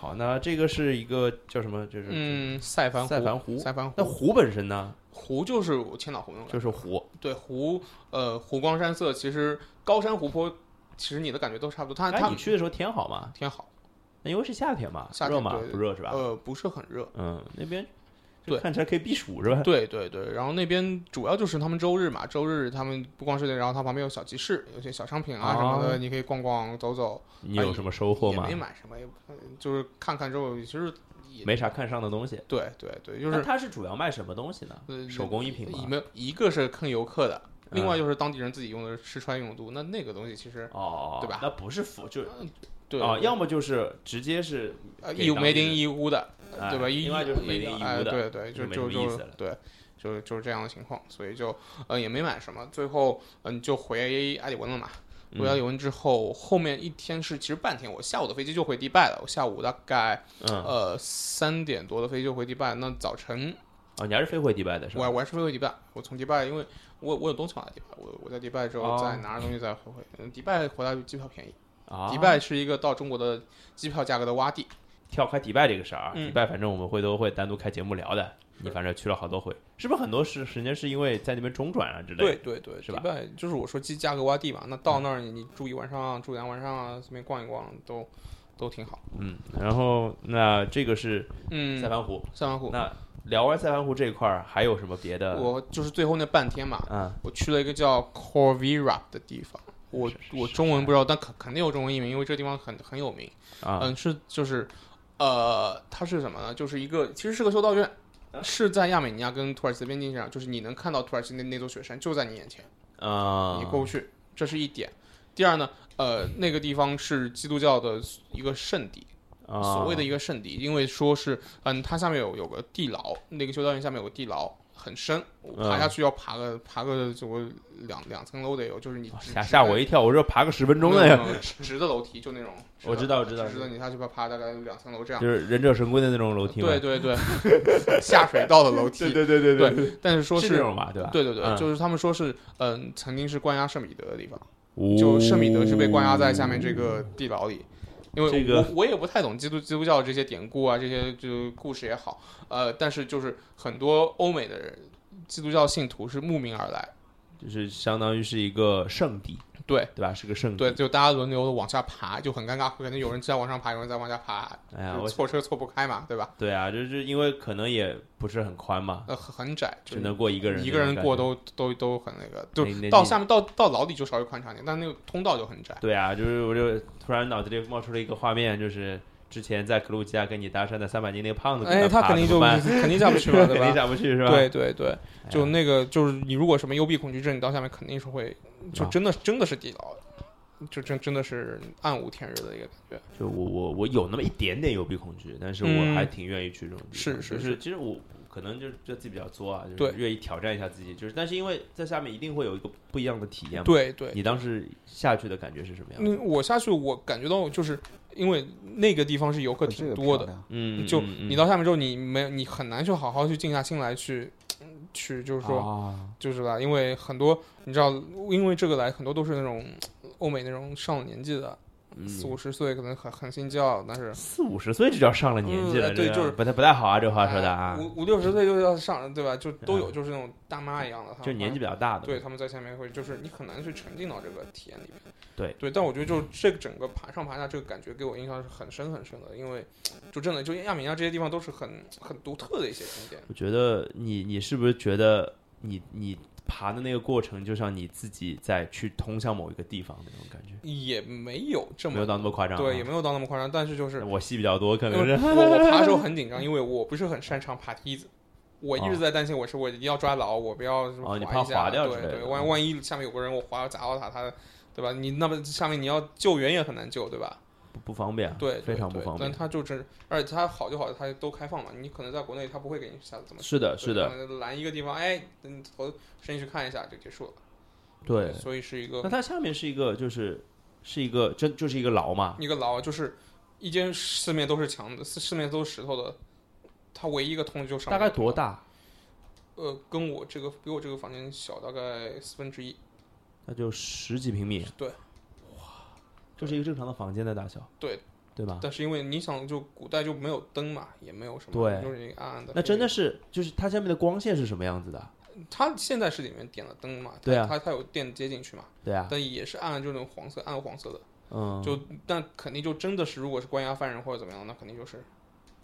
好，那这个是一个叫什么？就是塞凡湖。 那湖本身呢？ 湖就是千岛湖那种， 就是湖。 对，湖光山色，其实高山湖泊，其实你的感觉都差不多。 你去的时候天好吗？ 天好。 那因为是夏天嘛， 热吗？不热是吧？ 不是很热。 那边。 对， 看起来可以避暑是吧？ 对，然后那边主要就是他们周日嘛，周日他们不光是然后它旁边有小集市，有些小商品啊什么的，你可以逛逛走走。 你有什么收获吗？ 也没买什么，就是看看之后其实没啥看上的东西。 对，就是。 它是主要卖什么东西呢？手工艺品吗？ 没有，一个是坑游客的，另外就是当地人自己用的吃穿用度，那个东西其实对吧？ 那不是就对要么就是直接是 made in 义乌的。对吧？ 另外就是made in义乌的， 对，就是这样的情况，所以就也没买什么，最后就回阿里文了嘛。回阿里文之后，后面一天其实半天，我下午的飞机就回迪拜了。我下午大概3点多的飞机就回迪拜。那早晨你还是飞回迪拜的是吧？ 我还是飞回迪拜。我从迪拜，因为我有东西放在迪拜，我在迪拜之后再拿着东西再回。迪拜回来机票便宜。迪拜是一个到中国的机票价格的洼地。 跳开迪拜这个事儿迪拜反正我们都会单独开节目聊的。你反正去了好多回，是不是很多时间是因为在那边中转啊之类的？ 对， 是吧？ 迪拜就是我说价格洼地嘛，那到那儿你住1晚上、住2晚上啊，随便逛一逛都挺好。 然后那这个是塞凡湖。那聊完塞凡湖这一块还有什么别的？ 我就是最后那半天嘛，我去了一个叫 Khor Virap 的地方。我中文不知道，但肯定有中文译名，因为这个地方很有名。就是它是什么呢？就是其实是个修道院，是在亚美尼亚跟土耳其的边境上，就是你能看到土耳其那座雪山就在你眼前你过不去，这是一点。第二呢，那个地方是基督教的一个圣地，所谓的一个圣地，因为说是它下面有个地牢，那个修道院下面有个地牢。很深，爬下去要爬个这个两层楼得有，就是你吓我一跳，我说爬个10分钟的呀， 直的楼梯就那种， 我知道， 直的你下去爬大概2层楼这样， 就是忍者神龟的那种楼梯嘛， 对，下水道的楼梯， 对， 但是说是这种吧，对吧？ 对，就是他们说是曾经是关押圣彼得的地方，就圣彼得是被关押在下面这个地牢里。因为我也不太懂基督教这些典故啊，这些就故事也好，但是就是很多欧美的人基督教信徒是慕名而来， 就是相当于是一个圣地，对吧？是个圣地， 对，就大家轮流的往下爬，就很尴尬，可能有人再往上爬，有人再往下爬，错车错不开嘛，对吧？ 对啊，就是因为可能也不是很宽嘛， 很窄， 只能过一个人过都很那个，就到下面到牢底就稍微宽敞点，但那个通道就很窄。 对啊，就是我就突然脑子里冒出了一个画面，就是之前在克鲁吉亚跟你搭讪的300斤那个胖子， 他肯定下不去嘛，对吧？ 肯定下不去是吧？ 对，就那个就是你如果什么幽闭恐惧症，你到下面肯定是会，就真的是地牢。就真的是暗无天日的一个感觉。 就我有那么一点点幽闭恐惧，但是我还挺愿意去这种地方。 是， 其实我可能就自己比较作啊，就是愿意挑战一下自己。就是，但是因为在下面一定会有一个不一样的体验嘛。 对。 你当时下去的感觉是什么样的？ 我下去，我感觉到就是因为那个地方是游客挺多的，就你到下面之后，你很难去好好去静下心来去就是说，就是吧，因为很多你知道，因为这个来很多都是那种。欧美那种上了年纪的，40-50岁可能很信教，但是 40-50岁就叫上了年纪了， 对，就是不太好啊，这话说的啊 ，50-60岁就要上，对吧？就都有，就是那种大妈一样的， 就年纪比较大的， 对，他们在下面会，就是你很难去沉浸到这个体验里面， 对， 但我觉得就这个整个爬上爬下这个感觉给我印象是很深的，因为就真的就亚美尼亚这些地方都是很独特的一些景点。 我觉得你是不是觉得你爬的那个过程，就像你自己在去通向某一个地方的那种感觉， 也没有到那么夸张， 对，也没有到那么夸张，但是就是我戏比较多，可能是我爬的时候很紧张，因为我不是很擅长爬梯子，我一直在担心我一定要抓牢，我不要滑你怕滑掉之类的， 对，万一下面有个人我滑砸到他，对吧？你那么下面你要救援也很难救，对吧？ 不方便， 对， 非常不方便。 但它就而且它好就好，它都开放嘛。你可能在国内，它不会给你下次怎么。 是的， 拦一个地方，你头伸进去看一下就结束了。 对， 所以是一个。 那它下面是一个，是一个就是一个牢嘛？ 一个牢就是一间四面都是墙的，四面都是石头的，它唯一一个通就上。 大概多大？ 比我这个房间小大概1/4。 那就10几平米。 对。 就是一个正常的房间的大小。 对， 对吧？ 但是因为你想，就古代就没有灯嘛，也没有什么， 对， 就是一个暗暗的。 那真的是，就是它下面的光线是什么样子的？ 它现在是里面点了灯嘛， 对啊， 它有电接进去嘛， 对啊， 但也是暗，就那种黄色，暗黄色的。 就但肯定就真的是，如果是关押犯人或者怎么样，那肯定就是。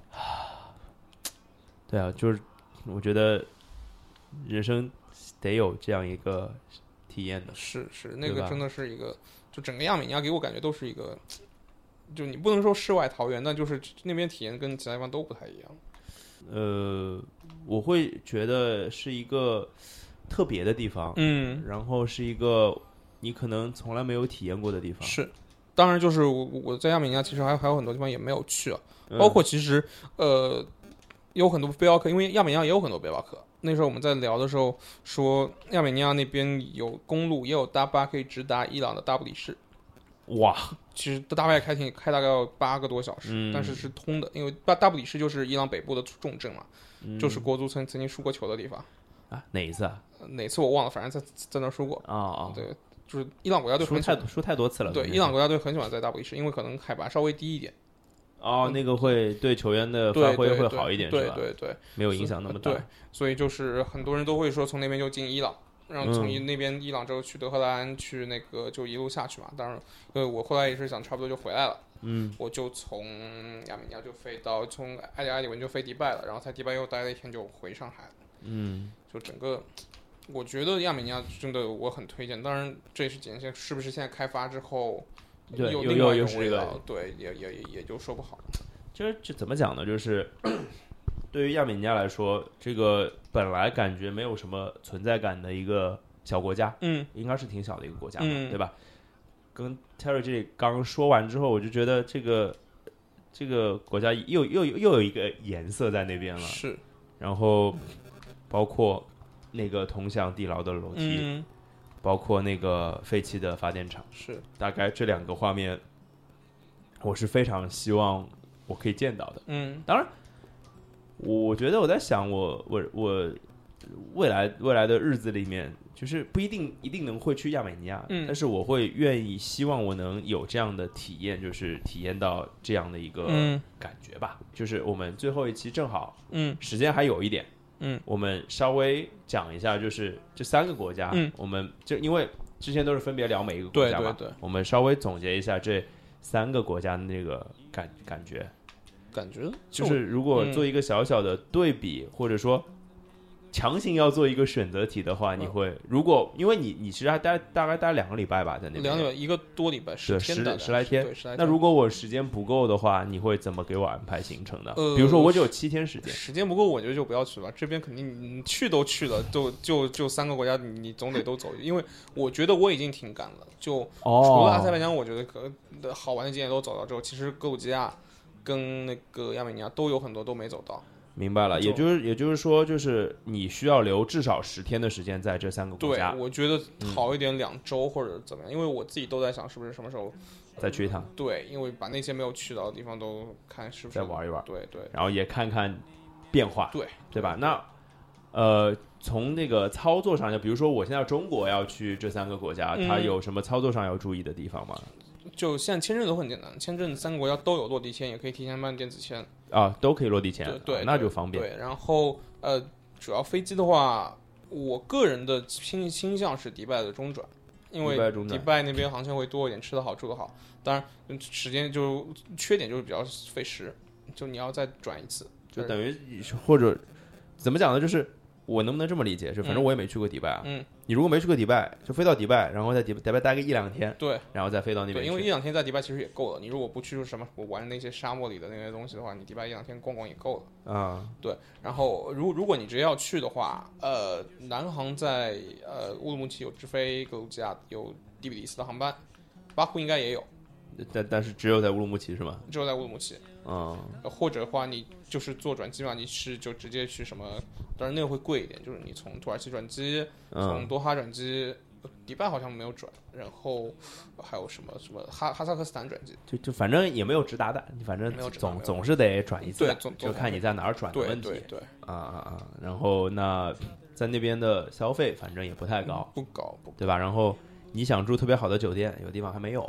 对啊，就是我觉得人生得有这样一个体验的。 是那个真的是一个，就整个亚美尼亚给我感觉都是一个，就你不能说世外桃源，但就是那边体验跟其他地方都不太一样。 我会觉得是一个特别的地方，然后是一个你可能从来没有体验过的地方。 是，当然就是我在亚美尼亚其实还有很多地方也没有去啊，包括其实有很多背包客，因为亚美尼亚也有很多背包客。那时候我们在聊的时候说，亚美尼亚那边有公路，也有大巴可以直达伊朗的大不里士。 哇， 其实大巴开大概要8个多小时，但是是通的，因为大不里士就是伊朗北部的重镇嘛，就是国足曾经输过球的地方啊。哪一次啊？ 哪次我忘了，反正在那输过啊。 对，就是伊朗国家队输太多次了。 对，伊朗国家队很喜欢在大不里士，因为可能海拔稍微低一点。 那个会对球员的发挥会好一点， 对是吧？ 对， 没有影响那么大。 对，所以就是很多人都会说从那边就进伊朗，然后从那边伊朗之后去德黑兰，去那个就一路下去嘛。当然，因为我后来也是想差不多就回来了，我就从亚美尼亚就飞到从埃里文就飞迪拜了，然后在迪拜又待了1天就回上海了。就整个我觉得亚美尼亚真的我很推荐，当然这也是简单，是不是现在开发之后？有另外一种味道，对，也就说不好。 其实这怎么讲呢？就是对于亚美尼亚来说，这个本来感觉没有什么存在感的一个小国家，应该是挺小的一个国家嘛，对吧？跟 Terry 这里刚说完之后，我就觉得这个国家又有一个颜色在那边了， 是。 然后包括那个通向地牢的楼梯。包括那个废弃的发电厂， 是大概这2个画面，我是非常希望我可以见到的。当然，我觉得我在想我未来的日子里面，就是不一定能会去亚美尼亚，但是我会愿意希望我能有这样的体验，就是体验到这样的一个感觉吧。就是我们最后一期正好，时间还有一点。我们稍微讲一下，就是这3个国家，我们就因为之前都是分别聊每一个国家嘛， 对， 我们稍微总结一下这3个国家的那个感觉，就是如果做一个小小的对比，或者说强行要做一个选择题的话，你会如果因为你其实还大概待2个礼拜吧，在那边 2个1个多礼拜 10来天。那如果我时间不够的话，你会怎么给我安排行程呢？比如说我只有7天时间不够，我觉得就不要去了。这边肯定你去都去了，就3个国家，你总得都走。因为我觉得我已经挺赶了，就除了阿塞拜疆，我觉得好玩的景点都走到之后，其实格鲁吉亚跟那个亚美尼亚都有很多都没走到。 明白了，也就是说，就是你需要留至少10天的时间在这3个国家。 对，我觉得好一点2周或者怎么样，因为我自己都在想是不是什么时候再去一趟。 对，因为把那些没有去到的地方都看是不是再玩一玩。 对， 然后也看看变化。对吧？那从那个操作上，就比如说我现在中国要去这3个国家，它有什么操作上要注意的地方吗？ 就现在签证都很简单，签证3个国家都有落地签，也可以提前办电子签都可以落地签， 对， 那就方便。 对，然后主要飞机的话，我个人的倾向是迪拜的中转，因为迪拜那边航线会多一点，吃的好住的好。当然时间就缺点就是比较费时，就你要再转一次， 就等于或者怎么讲呢？就是我能不能这么理解？就反正我也没去过迪拜啊。你如果没去过迪拜，就飞到迪拜，然后在迪拜待个1-2天， 对， 然后再飞到那边去。 对，因为1-2天在迪拜其实也够了。你如果不去什么我玩那些沙漠里的那些东西的话，你迪拜1-2天逛逛也够了啊。对，然后如果你直接要去的话，南航在乌鲁木齐有直飞格鲁吉亚，有第比利斯的航班，巴库应该也有。 但是只有在乌鲁木齐是吗？ 只有在乌鲁木齐。或者的话，你就是坐转机嘛，你是就直接去什么？当然那个会贵一点，就是你从土耳其转机，从多哈转机，迪拜好像没有转，然后还有什么哈萨克斯坦转机， 就反正也没有直达的，你反正总是得转一次， 对， 就看你在哪儿转的问题。 对然后那在那边的消费反正也不太高， 不高， 对吧？然后你想住特别好的酒店，有地方还没有。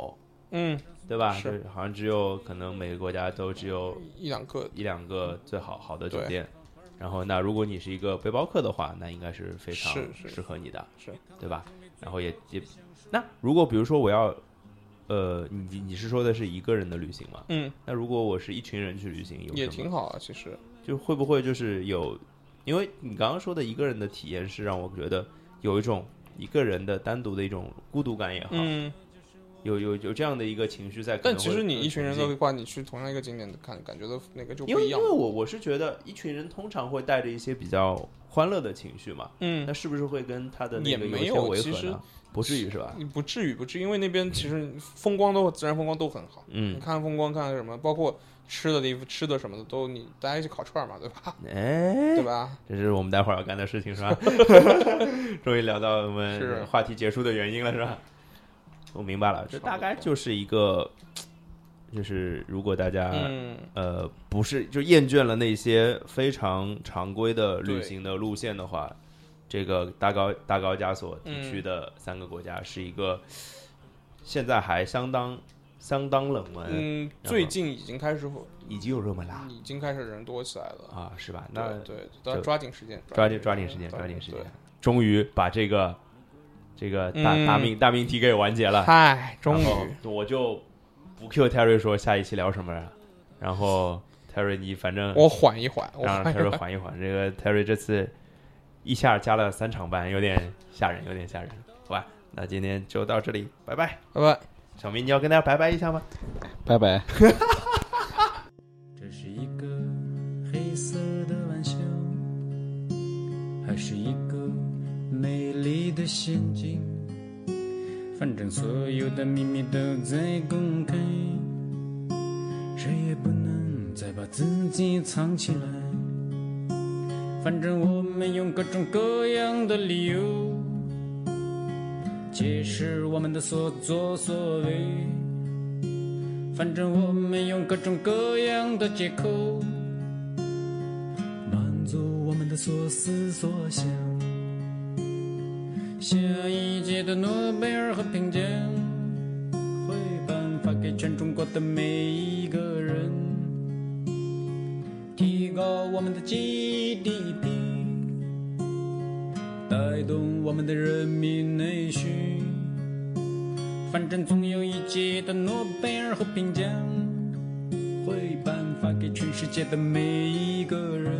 对吧？是，好像只有可能每个国家都只有一两个最好的酒店。然后，那如果你是一个背包客的话，那应该是非常适合你的，对吧？然后也，那如果比如说我要，你是说的是一个人的旅行吗？那如果我是一群人去旅行， 也挺好啊，其实就会不会就是有，因为你刚刚说的一个人的体验是让我觉得有一种一个人的单独的一种孤独感也好。有这样的一个情绪在， 但其实你一群人的话，你去同样一个景点感觉的那个就不一样。 因为我是觉得一群人通常会带着一些比较欢乐的情绪嘛，那是不是会跟他的那个有些违和呢？不至于是吧？ 不至于，因为那边其实自然风光都很好。你看风光，看什么，包括吃的地方、吃的什么的，都你大家一起烤串嘛，对吧？对吧？ 这是我们待会儿要干的事情，是吧？终于聊到我们话题结束的原因了，是吧？我明白了，这大概就是一个，就是如果大家不是就厌倦了那些非常常规的旅行的路线的话，这个大高加索地区的3个国家是一个现在还相当冷门。 最近已经有热门啦， 已经开始人多起来了啊，是吧？那对，都要抓紧时间， 抓紧时间，终于把这个大命题给完结了， 嗨，终于， 我就不 Q Terry 说下一期聊什么了，然后 Terry 你反正我缓一缓， 让 Terry 缓一缓，这个 Terry 这次一下加了3场班，有点吓人，好吧？那今天就到这里，拜拜。小明，你要跟大家拜拜一下吗？ 拜拜。 这是一个黑色的玩笑，还是一个美丽的陷阱？反正所有的秘密都在公开，谁也不能再把自己藏起来。反正我们用各种各样的理由解释我们的所作所为，反正我们用各种各样的借口满足我们的所思所想。下一届的诺贝尔和平奖会颁发给全中国的每一个人，提高我们的 GDP， 带动我们的人民内需。反正总有一届的诺贝尔和平奖会颁发给全世界的每一个人，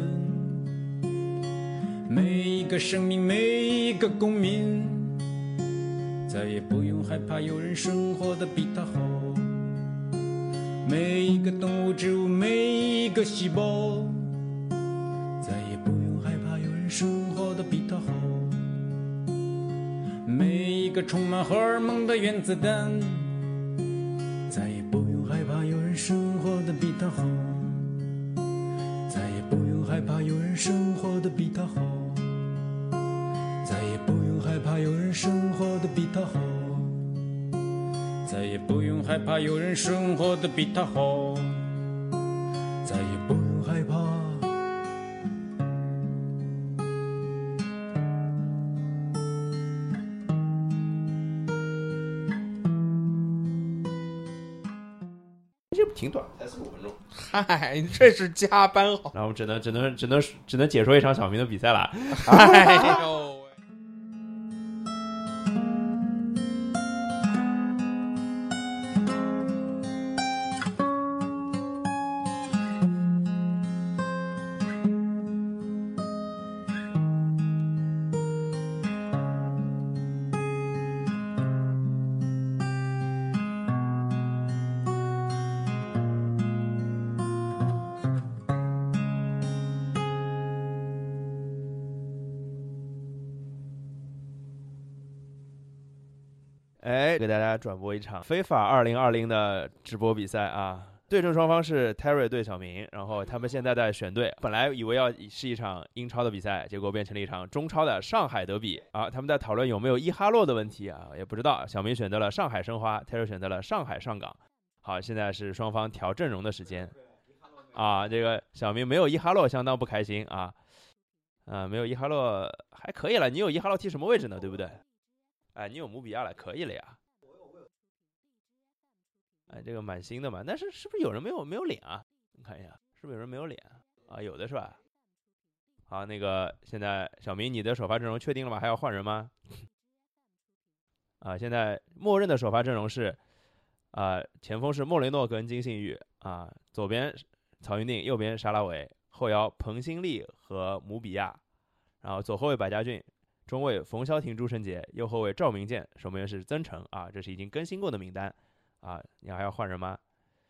每一个生命，每一个公民，再也不用害怕有人生活的比他好。每一个动物植物，每一个细胞，再也不用害怕有人生活的比他好。每一个充满荷尔蒙的原子弹，再也不用害怕有人生活的比他好。再也不用害怕有人生活的比他好。再也不用害怕有人生活的比他好。再也不用害怕有人生活的比他好。再也不用害怕。 这不挺短，才45分钟。 嗨，这是加班好。 然后只能解说一场小明的比赛了。 哎呦。 给大家转播一场非法2020的直播比赛啊！对阵双方是 Terry 对小明，然后他们现在在选队。本来以为要是一场英超的比赛，结果变成了一场中超的上海德比啊！他们在讨论有没有伊哈洛的问题啊，也不知道。小明选择了上海申花 ，Terry 选择了上海上港。好，现在是双方调阵容的时间啊！这个小明没有伊哈洛，相当不开心啊！没有伊哈洛还可以了，你有伊哈洛踢什么位置呢？对不对？哎，你有姆比亚了，可以了呀。 哎，这个蛮新的嘛，但是是不是有人没有脸啊？你看一下，是不是有人没有脸啊？有的是吧？好，那个现在小明，你的首发阵容确定了吗？还要换人吗？啊，现在默认的首发阵容是，前锋是莫雷诺跟金信玉啊，左边曹云定，右边沙拉韦，后腰彭新立和姆比亚，然后左后卫百家俊，中卫冯潇霆、朱晨杰，右后卫赵明剑，守门员是曾诚啊，这是已经更新过的名单啊，你还要换人吗？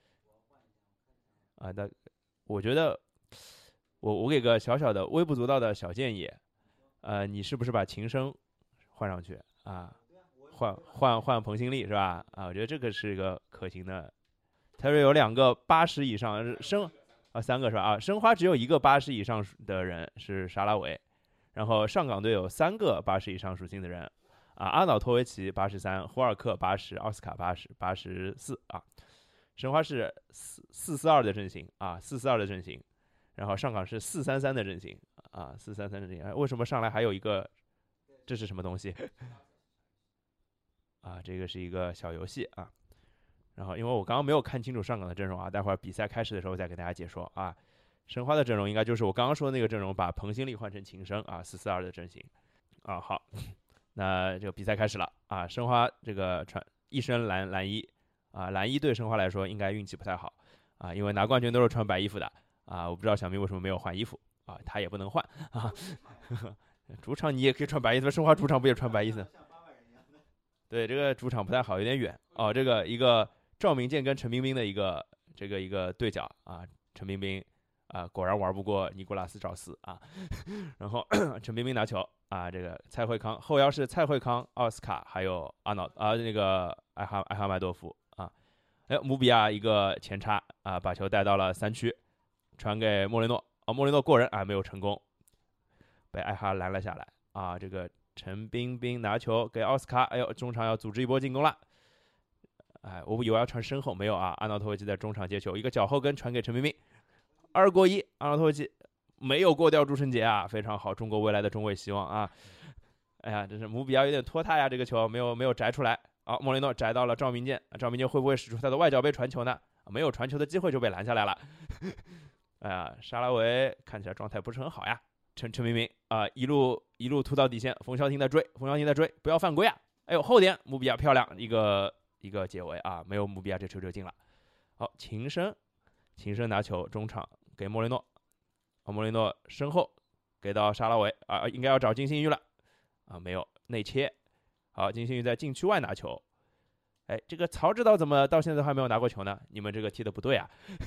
啊，那我觉得我给个小小的微不足道的小建议，你是不是把秦升换上去啊？换彭新立是吧？啊，我觉得这个是一个可行的。他说有2个80以上3个是吧？啊，申花只有1个80以上的人是沙拉韦，然后上港队有3个80以上属性的人啊，阿瑙托维奇83，胡尔克80，奥斯卡80，84啊。申花是4-4-2的阵型啊，4-4-2的阵型，然后上港是4-3-3的阵型啊，4-3-3的阵型。为什么上来还有一个？这是什么东西？啊，这个是一个小游戏啊。然后因为我刚刚没有看清楚上港的阵容啊，待会儿比赛开始的时候再给大家解说啊。申花的阵容应该就是我刚刚说的那个阵容，把彭新立换成秦升啊，4-4-2的阵型啊。好，那这个比赛开始了啊。申花这个穿一身蓝衣啊，蓝衣对申花来说应该运气不太好啊，因为拿冠军都是穿白衣服的啊。我不知道小明为什么没有换衣服啊，他也不能换啊。主场你也可以穿白衣服，申花主场不也穿白衣服？对，这个主场不太好，有点远哦。这个一个赵明剑跟陈彬彬的一个对角啊，陈彬彬啊果然玩不过尼古拉斯赵斯啊。然后陈彬彬拿球啊，这个蔡慧康后腰是蔡慧康、奥斯卡还有那个艾哈迈多夫啊。哎，姆比亚一个前插啊，把球带到了3区，传给莫雷诺莫雷诺过人啊，没有成功，被艾哈拦了下来啊。这个陈彬彬拿球给奥斯卡，哎呦，中场要组织一波进攻了。哎，我以为要传身后，没有啊。阿瑙托维奇在中场接球，一个脚后跟传给陈彬彬，2过1，阿瑙托维奇没有过掉朱晨杰啊，非常好，中国未来的中卫希望啊。哎呀，这是姆比亚有点拖沓呀，这个球没有摘出来。好，莫雷诺摘到了赵明剑，赵明剑会不会使出他的外脚背传球呢？没有传球的机会就被拦下来了。哎呀，沙拉维看起来状态不是很好呀。陈彬彬啊，一路突到底线，冯潇霆在追，不要犯规啊！哎呦，后点姆比亚漂亮一个解围啊，没有姆比亚这球就进了。好，秦升拿球中场给莫雷诺，莫雷诺身后给到沙拉维啊，应该要找金星玉了啊，没有内切。好，金星玉在禁区外拿球。哎，这个曹指导怎么到现在还没有拿过球呢？你们这个踢的不对啊！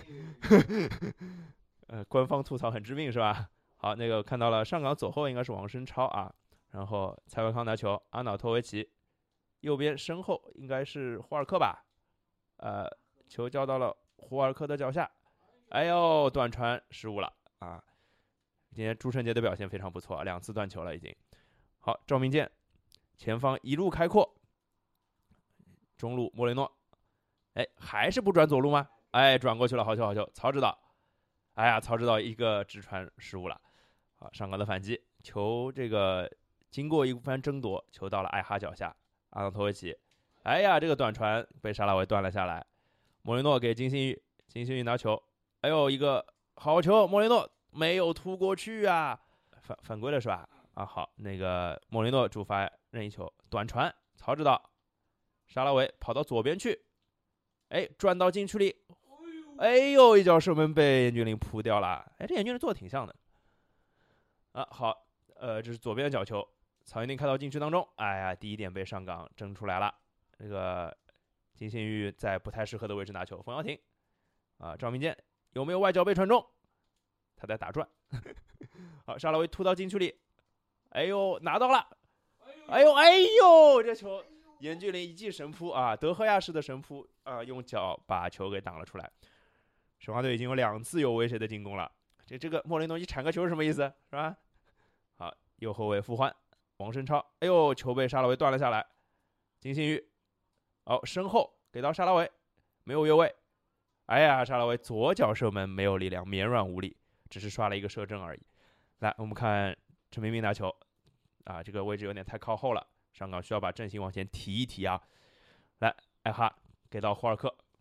官方吐槽很致命是吧？好，那个看到了上港左后应该是王申超啊，然后蔡慧康拿球，阿瑙托维奇右边身后应该是胡尔克吧，球交到了胡尔克的脚下，哎呦，短传失误了啊！今天朱晨杰的表现非常不错，2次断球了已经。好，赵明剑前方一路开阔，中路莫雷诺，哎，还是不转左路吗？哎，转过去了，好球！曹指导，哎呀，曹指导一个直传失误了。好，上港的反击球，这个经过一番争夺，球到了艾哈脚下，阿瑙托维奇，哎呀，这个短传被沙拉维断了下来。莫雷诺给金星玉拿球，哎呦，一个好球，莫雷诺没有突过去啊，犯规了是吧？啊，好，那个莫雷诺主罚任意球，短传，曹指导，沙拉维跑到左边去，哎，转到禁区里，哎呦，一脚射门被严俊凌扑掉了，哎，这严俊凌做的挺像的。啊，好，这是左边的角球，曹云定开到禁区当中，哎呀，第1点被上港争出来了。这个金星玉在不太适合的位置拿球，冯潇霆啊，赵明剑有没有外脚背传中？他在打转。好，沙拉维突到禁区里，哎呦，拿到了，哎呦，这球严俊凌一记神扑啊，德赫亚式的神扑啊，用脚把球给挡了出来。申花队已经有2次有威胁的进攻了，这个莫雷诺一铲个球是什么意思，是吧？好，右后卫傅欢，王申超，哎呦，球被沙拉维断了下来。金星玉，好，身后给到沙拉维，没有越位。哎呀，沙拉维左脚射门没有力量，绵软无力，只是刷了一个射正而已。来，我们看陈彬彬拿球啊，这个位置有点太靠后了，上港需要把阵型往前提一提啊。来，艾哈给到胡尔克，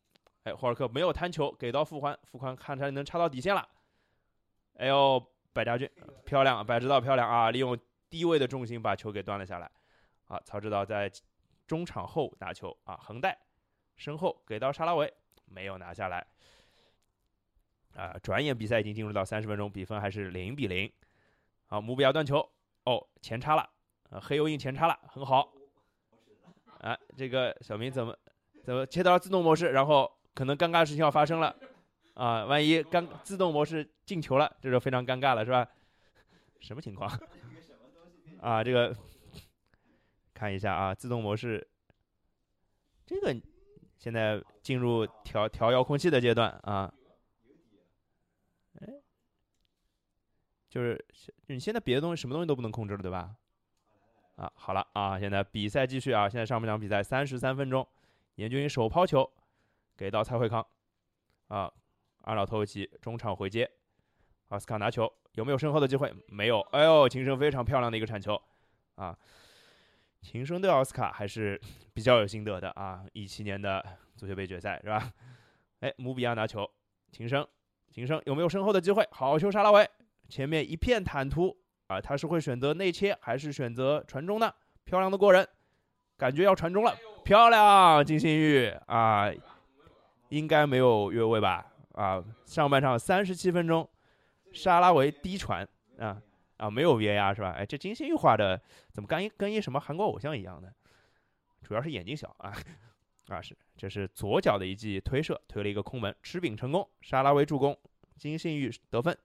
哎，霍尔克没有贪球，给到傅欢，傅欢看起来能插到底线了。哎呦，百家俊漂亮，百指导漂亮啊！利用低位的重心把球给端了下来。啊，曹指导在中场后拿球啊，横带身后给到沙拉维，没有拿下来。啊，转眼比赛已经进入到30分钟，比分还是0-0。好，姆比亚断球，哦，前插了，黑油印前插了，很好。啊，这个小明怎么切到自动模式，然后可能尴尬的事情要发生了。啊，万一自动模式进球了，这就非常尴尬了，是吧？什么情况？啊，这个看一下啊，自动模式，这个现在进入调遥控器的阶段啊。哎，就是你现在别的东西什么东西都不能控制了，对吧？啊，好了啊，现在比赛继续啊，现在上半场比赛33分钟，严俊手抛球给到蔡慧康，啊。阿瑙托维奇中场回接，奥斯卡拿球，有没有身后的机会？没有。哎呦，秦升非常漂亮的一个铲球啊！秦升对奥斯卡还是比较有心得的啊！17年的足协杯决赛是吧？哎，姆比亚拿球，秦升有没有身后的机会？好球，沙拉维，前面一片坦途啊！他是会选择内切还是选择传中呢？漂亮的过人，感觉要传中了，漂亮，金星玉啊，应该没有越位吧？啊，上半场37分钟，沙拉维低传没有 VAR 是吧？哎，这金星玉画的怎么跟一什么韩国偶像一样的？主要是眼睛小这是左脚的一记推射，推了一个空门，吃饼成功，沙拉维助攻，金星玉得分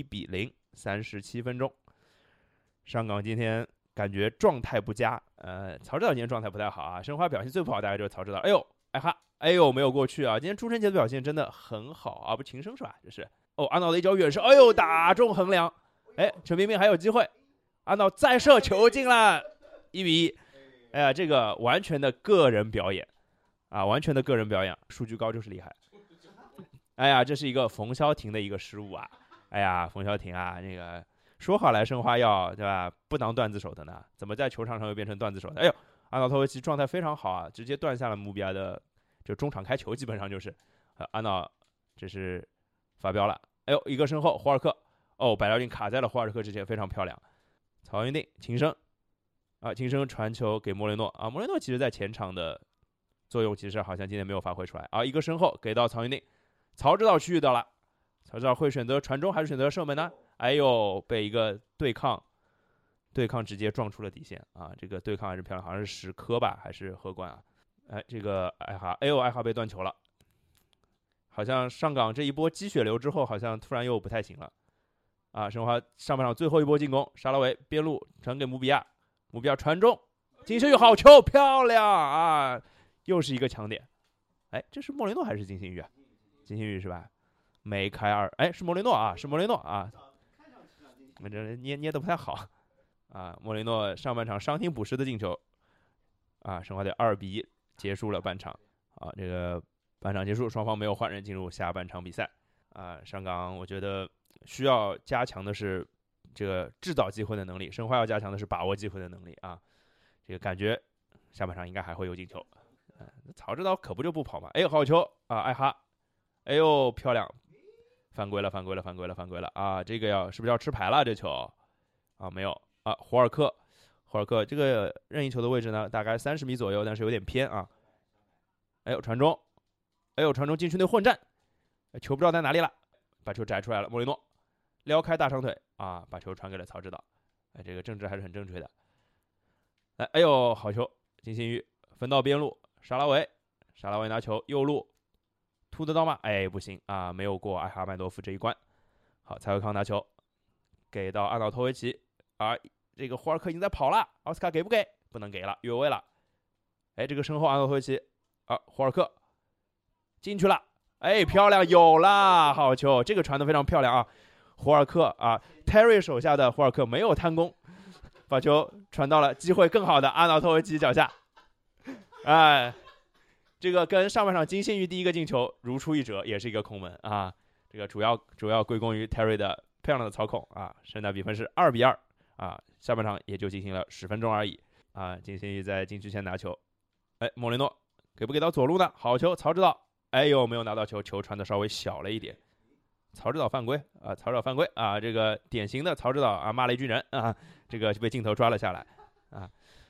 ，1-0。37分钟，上港今天感觉状态不佳，曹指导今天状态不太好啊，申花表现最不好大概就是曹指导，哎呦，没有过去啊！今天朱晨杰的表现真的很好啊，不秦升是吧？这是阿瑙的一脚远射，哎呦，打中横梁，哎，陈彬彬还有机会，阿瑙再射球进了，1-1。哎呀，这个完全的个人表演啊，完全的个人表演，数据高就是厉害。哎呀，这是一个冯潇霆的一个失误啊！哎呀，冯潇霆啊，那个说好来申花要对吧，不当段子手的呢，怎么在球场上又变成段子手的？哎呦，阿瑙托维奇状态非常好啊，直接断下了姆比亚的。就中场开球基本上就是阿瑙这是发飙了，哎呦，一个身后霍尔克，哦，百辽军卡在了霍尔克之前，非常漂亮。曹云定秦升啊，秦升传球给莫雷诺啊，莫雷诺其实在前场的作用其实好像今天没有发挥出来啊，一个身后给到曹云定，曹指导区域的了，曹指导会选择传中还是选择射门呢？哎呦，被一个对抗直接撞出了底线啊，这个对抗还是漂亮，好像是石科吧还是荷官啊？哎，这个艾哈被断球了，好像上港这一波积血流之后，好像突然又不太行了啊！申花上半场最后一波进攻，沙拉维边路传给姆比亚传中，金星玉好球，漂亮啊！又是一个强点，哎，这是莫雷诺还是金星玉啊？金星玉是吧？梅开二，哎，是莫雷诺啊，这捏的不太好啊！莫雷诺上半场伤停补时的进球啊，申花队2-1。结束了半场啊，这个半场结束，双方没有换人，进入下半场比赛啊。上港我觉得需要加强的是这个制造机会的能力，申花要加强的是把握机会的能力啊。这个感觉下半场应该还会有进球。曹指导可不就不跑嘛？哎，好球啊，艾哈，哎呦，漂亮，犯规了啊！这个是不是要吃牌了？这球啊，没有啊，霍尔克这个任意球的位置呢，大概30米左右，但是有点偏啊。哎呦，传中禁区内混战，球不知道在哪里了，把球摘出来了。莫雷诺撩开大长腿啊，把球传给了曹指导。哎，这个政治还是很正确的。哎呦，好球，金星玉分到边路，沙拉维拿球右路突得到吗？哎，不行啊，没有过艾哈迈多夫这一关。好，蔡慧康拿球给到阿瑙托维奇啊。这个霍尔克已经在跑了，奥斯卡给不给？不能给了，越位了。哎，这个身后阿瑙托维奇啊，霍尔克进去了，哎，漂亮，有了，好球，这个传得非常漂亮啊。霍尔克啊 ，Terry 手下的霍尔克没有贪功，把球传到了机会更好的阿瑙托维奇脚下。哎，这个跟上半场金星玉第一个进球如出一辙，也是一个空门啊。这个主要归功于 Terry 的漂亮的操控啊。现在比分是2-2。啊，下半场也就进行了10分钟而已啊。金星玉在禁区前拿球，哎，莫雷诺给不给到左路呢？好球，曹指导哎呦，没有拿到球，球传的稍微小了一点。曹指导犯规啊，曹指导犯规啊，这个典型的曹指导啊，骂了一句人啊，这个就被镜头抓了下来啊。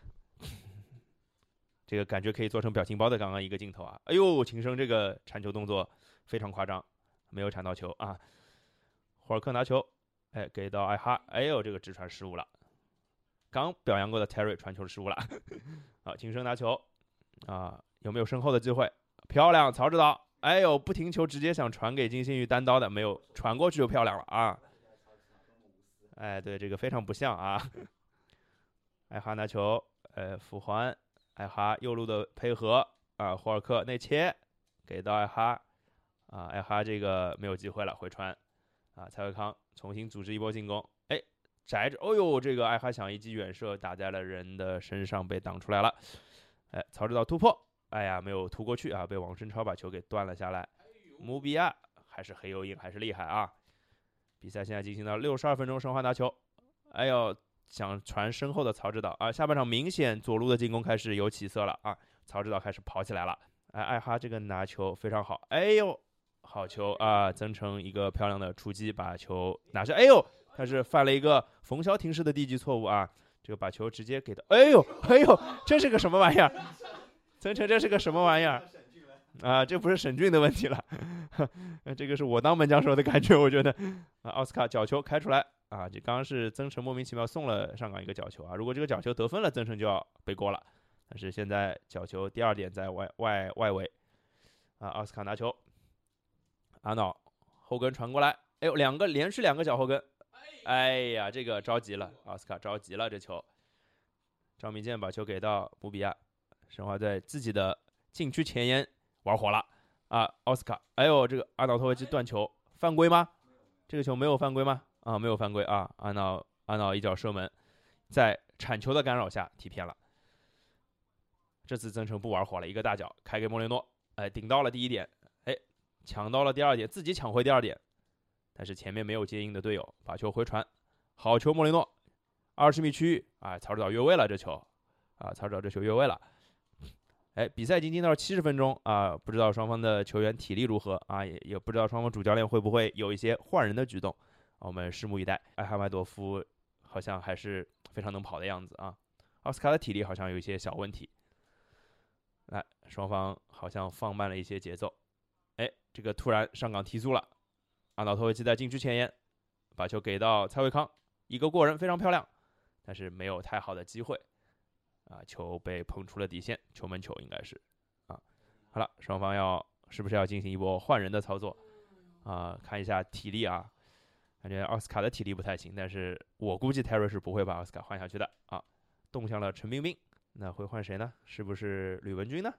这个感觉可以做成表情包的刚刚一个镜头啊！哎呦，秦升这个铲球动作非常夸张，没有铲到球啊。霍尔克拿球，哎，给到艾哈，哎呦，这个直传失误了。刚表扬过的 Terry 传球失误了。好，秦升拿球啊，有没有身后的机会？漂亮，曹指导，哎呦，不停球直接想传给金星宇单刀的，没有传过去就漂亮了啊。哎，对，这个非常不像啊。艾哈拿球，复还。艾哈右路的配合啊，霍尔克内切给到艾哈啊，艾哈这个没有机会了，回传啊，蔡维康重新组织一波进攻，哎，摘着，哦呦，这个艾哈想一击远射打在了人的身上，被挡出来了，哎，曹指导突破，哎呀，没有突过去啊，被王申超把球给断了下来，姆比亚还是黑油印，还是厉害啊！比赛现在进行到62分钟，申花拿球，哎呦。想传身后的曹指导啊，下半场明显左路的进攻开始有起色了啊，曹指导开始跑起来了，哎，艾哈这个拿球非常好，哎呦，好球啊，曾诚一个漂亮的出击把球拿下，哎呦，他是犯了一个冯潇霆式的低级错误啊，这个把球直接给到，哎呦，哎呦，这是个什么玩意儿？曾诚这是个什么玩意儿？啊，这不是沈俊的问题了，这个是我当门将时候的感觉，我觉得啊，奥斯卡角球开出来。啊，这刚刚是曾诚莫名其妙送了上港一个角球啊！如果这个角球得分了，曾诚就要背锅了。但是现在角球第二点在外围，啊，奥斯卡拿球，阿瑙后跟传过来，哎呦，连续两个脚后跟，哎呀，这个着急了，奥斯卡着急了，这球，张明健把球给到姆比亚，申花在自己的禁区前沿玩火了啊！奥斯卡，哎呦，这个阿瑙托维奇断球，犯规吗？这个球没有犯规吗？啊，没有犯规啊！阿瑙一脚射门，在铲球的干扰下踢偏了。这次曾诚不玩火了，一个大脚开给莫雷诺，哎，顶到了第一点，哎，抢到了第二点，自己抢回第二点，但是前面没有接应的队友，把球回传，好球莫雷诺，20米区域啊，曹指导越位了这球啊，曹指导这球越位了。哎，比赛已经进到70分钟啊，不知道双方的球员体力如何啊，也不知道双方主教练会不会有一些换人的举动。我们拭目以待。艾哈迈多夫好像还是非常能跑的样子啊，奥斯卡的体力好像有一些小问题。来，双方好像放慢了一些节奏。哎，这个突然上港提速了，阿瑙托维奇在禁区前沿把球给到蔡维康，一个过人非常漂亮，但是没有太好的机会啊，球被碰出了底线，球门球应该是啊。好了，双方是不是要进行一波换人的操作啊？看一下体力啊。感觉奥斯卡的体力不太行，但是我估计 Terry 是不会把奥斯卡换下去的啊。动向了陈彬彬，那会换谁呢？是不是吕文君呢？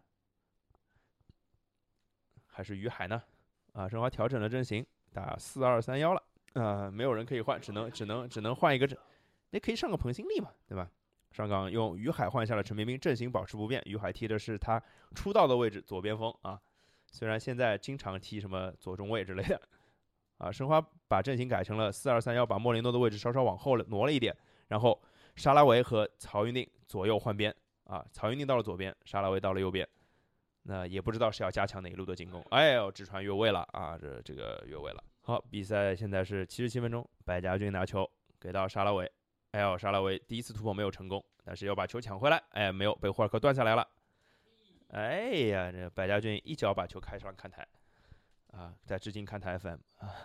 还是于海呢？啊，申花调整了阵型，打4-2-3-1了。没有人可以换，只能换一个阵。那可以上个彭新立嘛，对吧？上港用于海换下了陈彬彬，阵型保持不变。于海踢的是他出道的位置，左边锋啊。虽然现在经常踢什么左中卫之类的。啊，申花把阵型改成了4-2-3-1，把莫雷诺的位置稍稍往后挪了一点，然后沙拉维和曹云定左右换边啊，曹云定到了左边，沙拉维到了右边，那也不知道是要加强哪一路的进攻。哎呦，直传越位了啊，这个越位了。好，比赛现在是77分钟，百家军拿球给到沙拉维，哎呦，沙拉维第一次突破没有成功，但是要把球抢回来，哎，没有，被霍尔克断下来了。哎呀，这百家军一脚把球开上看台。啊，在致敬看台 FM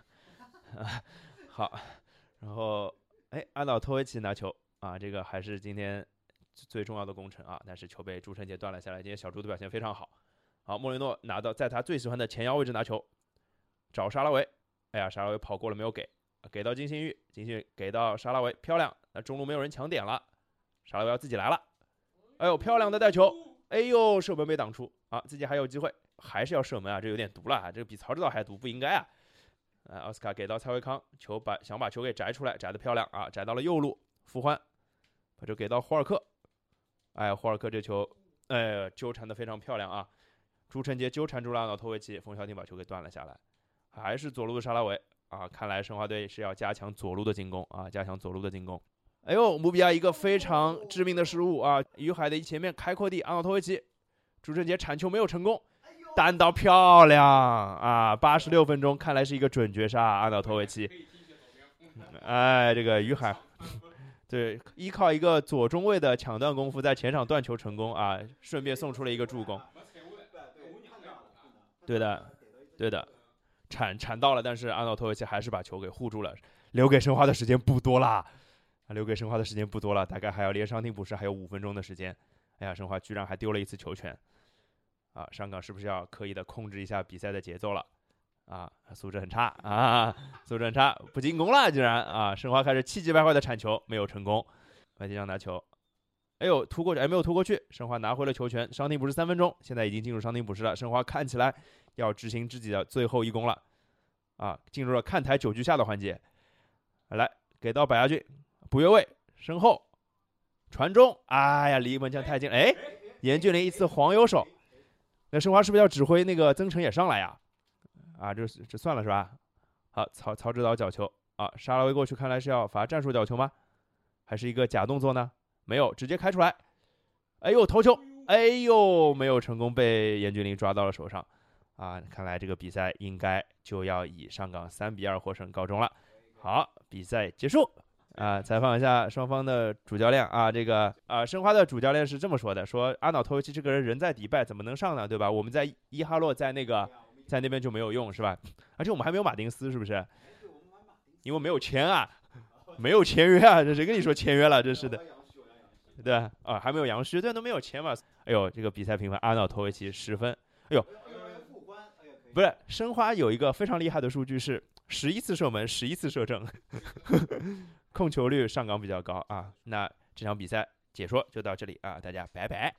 好，然后阿瑙托维奇拿球啊，这个还是今天最重要的工程啊，但是球被朱晨杰断了下来。今天小朱的表现非常好。好，莫雷诺拿到在他最喜欢的前腰位置拿球，找沙拉维，哎呀，沙拉维跑过了没有给到金星玉，金星玉给到沙拉维，漂亮。那中路没有人抢点了，沙拉维要自己来了，哎呦，漂亮的带球，哎呦，射门被挡出啊，自己还有机会。还是要射门啊，这有点毒了啊，这个比曹指导还毒，不应该啊。奥斯卡给到蔡维康，想把球给摘出来，摘得漂亮啊，摘到了右路，复欢把球给到霍尔克，哎，霍尔克这球，纠缠得非常漂亮啊。朱晨杰纠缠住了阿瑙托维奇，冯潇霆把球给断了下来，还是左路的沙拉维啊，看来申花队是要加强左路的进攻啊，加强左路的进攻。哎呦，姆比亚一个非常致命的失误啊，于海的前面开阔地，阿瑙托维奇，朱晨杰铲球没有成功。 弹道漂亮啊！86分钟，看来是一个准绝杀，阿瑙托维奇。哎，这个于海，对，依靠一个左中卫的抢断功夫，在前场断球成功啊，顺便送出了一个助攻。对的，对的，铲到了，但是阿瑙托维奇还是把球给护住了，留给申花的时间不多啦。留给申花的时间不多了，大概还要连伤停补时还有5分钟的时间。哎呀，申花居然还丢了一次球权啊！上港是不是要刻意的控制一下比赛的节奏了啊？素质很差啊，素质很差，不进攻了居然啊！申花开始气急败坏的铲球，没有成功。外地上拿球，哎呦突过去，哎没有突过去，申花拿回了球权。伤停补时3分钟，现在已经进入伤停补时了。申花看起来要执行自己的最后一攻了啊！进入了看台9局下的环节，来给到百家俊。不越位，身后传中，哎呀，离门将太近，哎，严俊凌一次黄油手，那申花是不是要指挥那个曾诚也上来呀？啊，这算了是吧？好，曹指导角球啊，沙拉威过去，看来是要罚战术角球吗？还是一个假动作呢？没有，直接开出来，哎呦，头球，哎呦，没有成功，被严俊凌抓到了手上啊！看来这个比赛应该就要以上港3-2获胜告终了。好，比赛结束。采访一下双方的主教练啊，这个申花的主教练是这么说的，说阿瑙托维奇这个人人在迪拜怎么能上呢，对吧？我们在伊哈洛在那边就没有用是吧？而且我们还没有马丁斯是不是？因为没有签啊，没有签约啊，这谁跟你说签约了？真是的，对啊，还没有杨旭，对，都没有签嘛。哎呦，这个比赛评分阿瑙托维奇10分，哎呦，不是，申花有一个非常厉害的数据是11次射门11次射正。控球率上港比较高啊，那这场比赛解说就到这里啊，大家拜拜。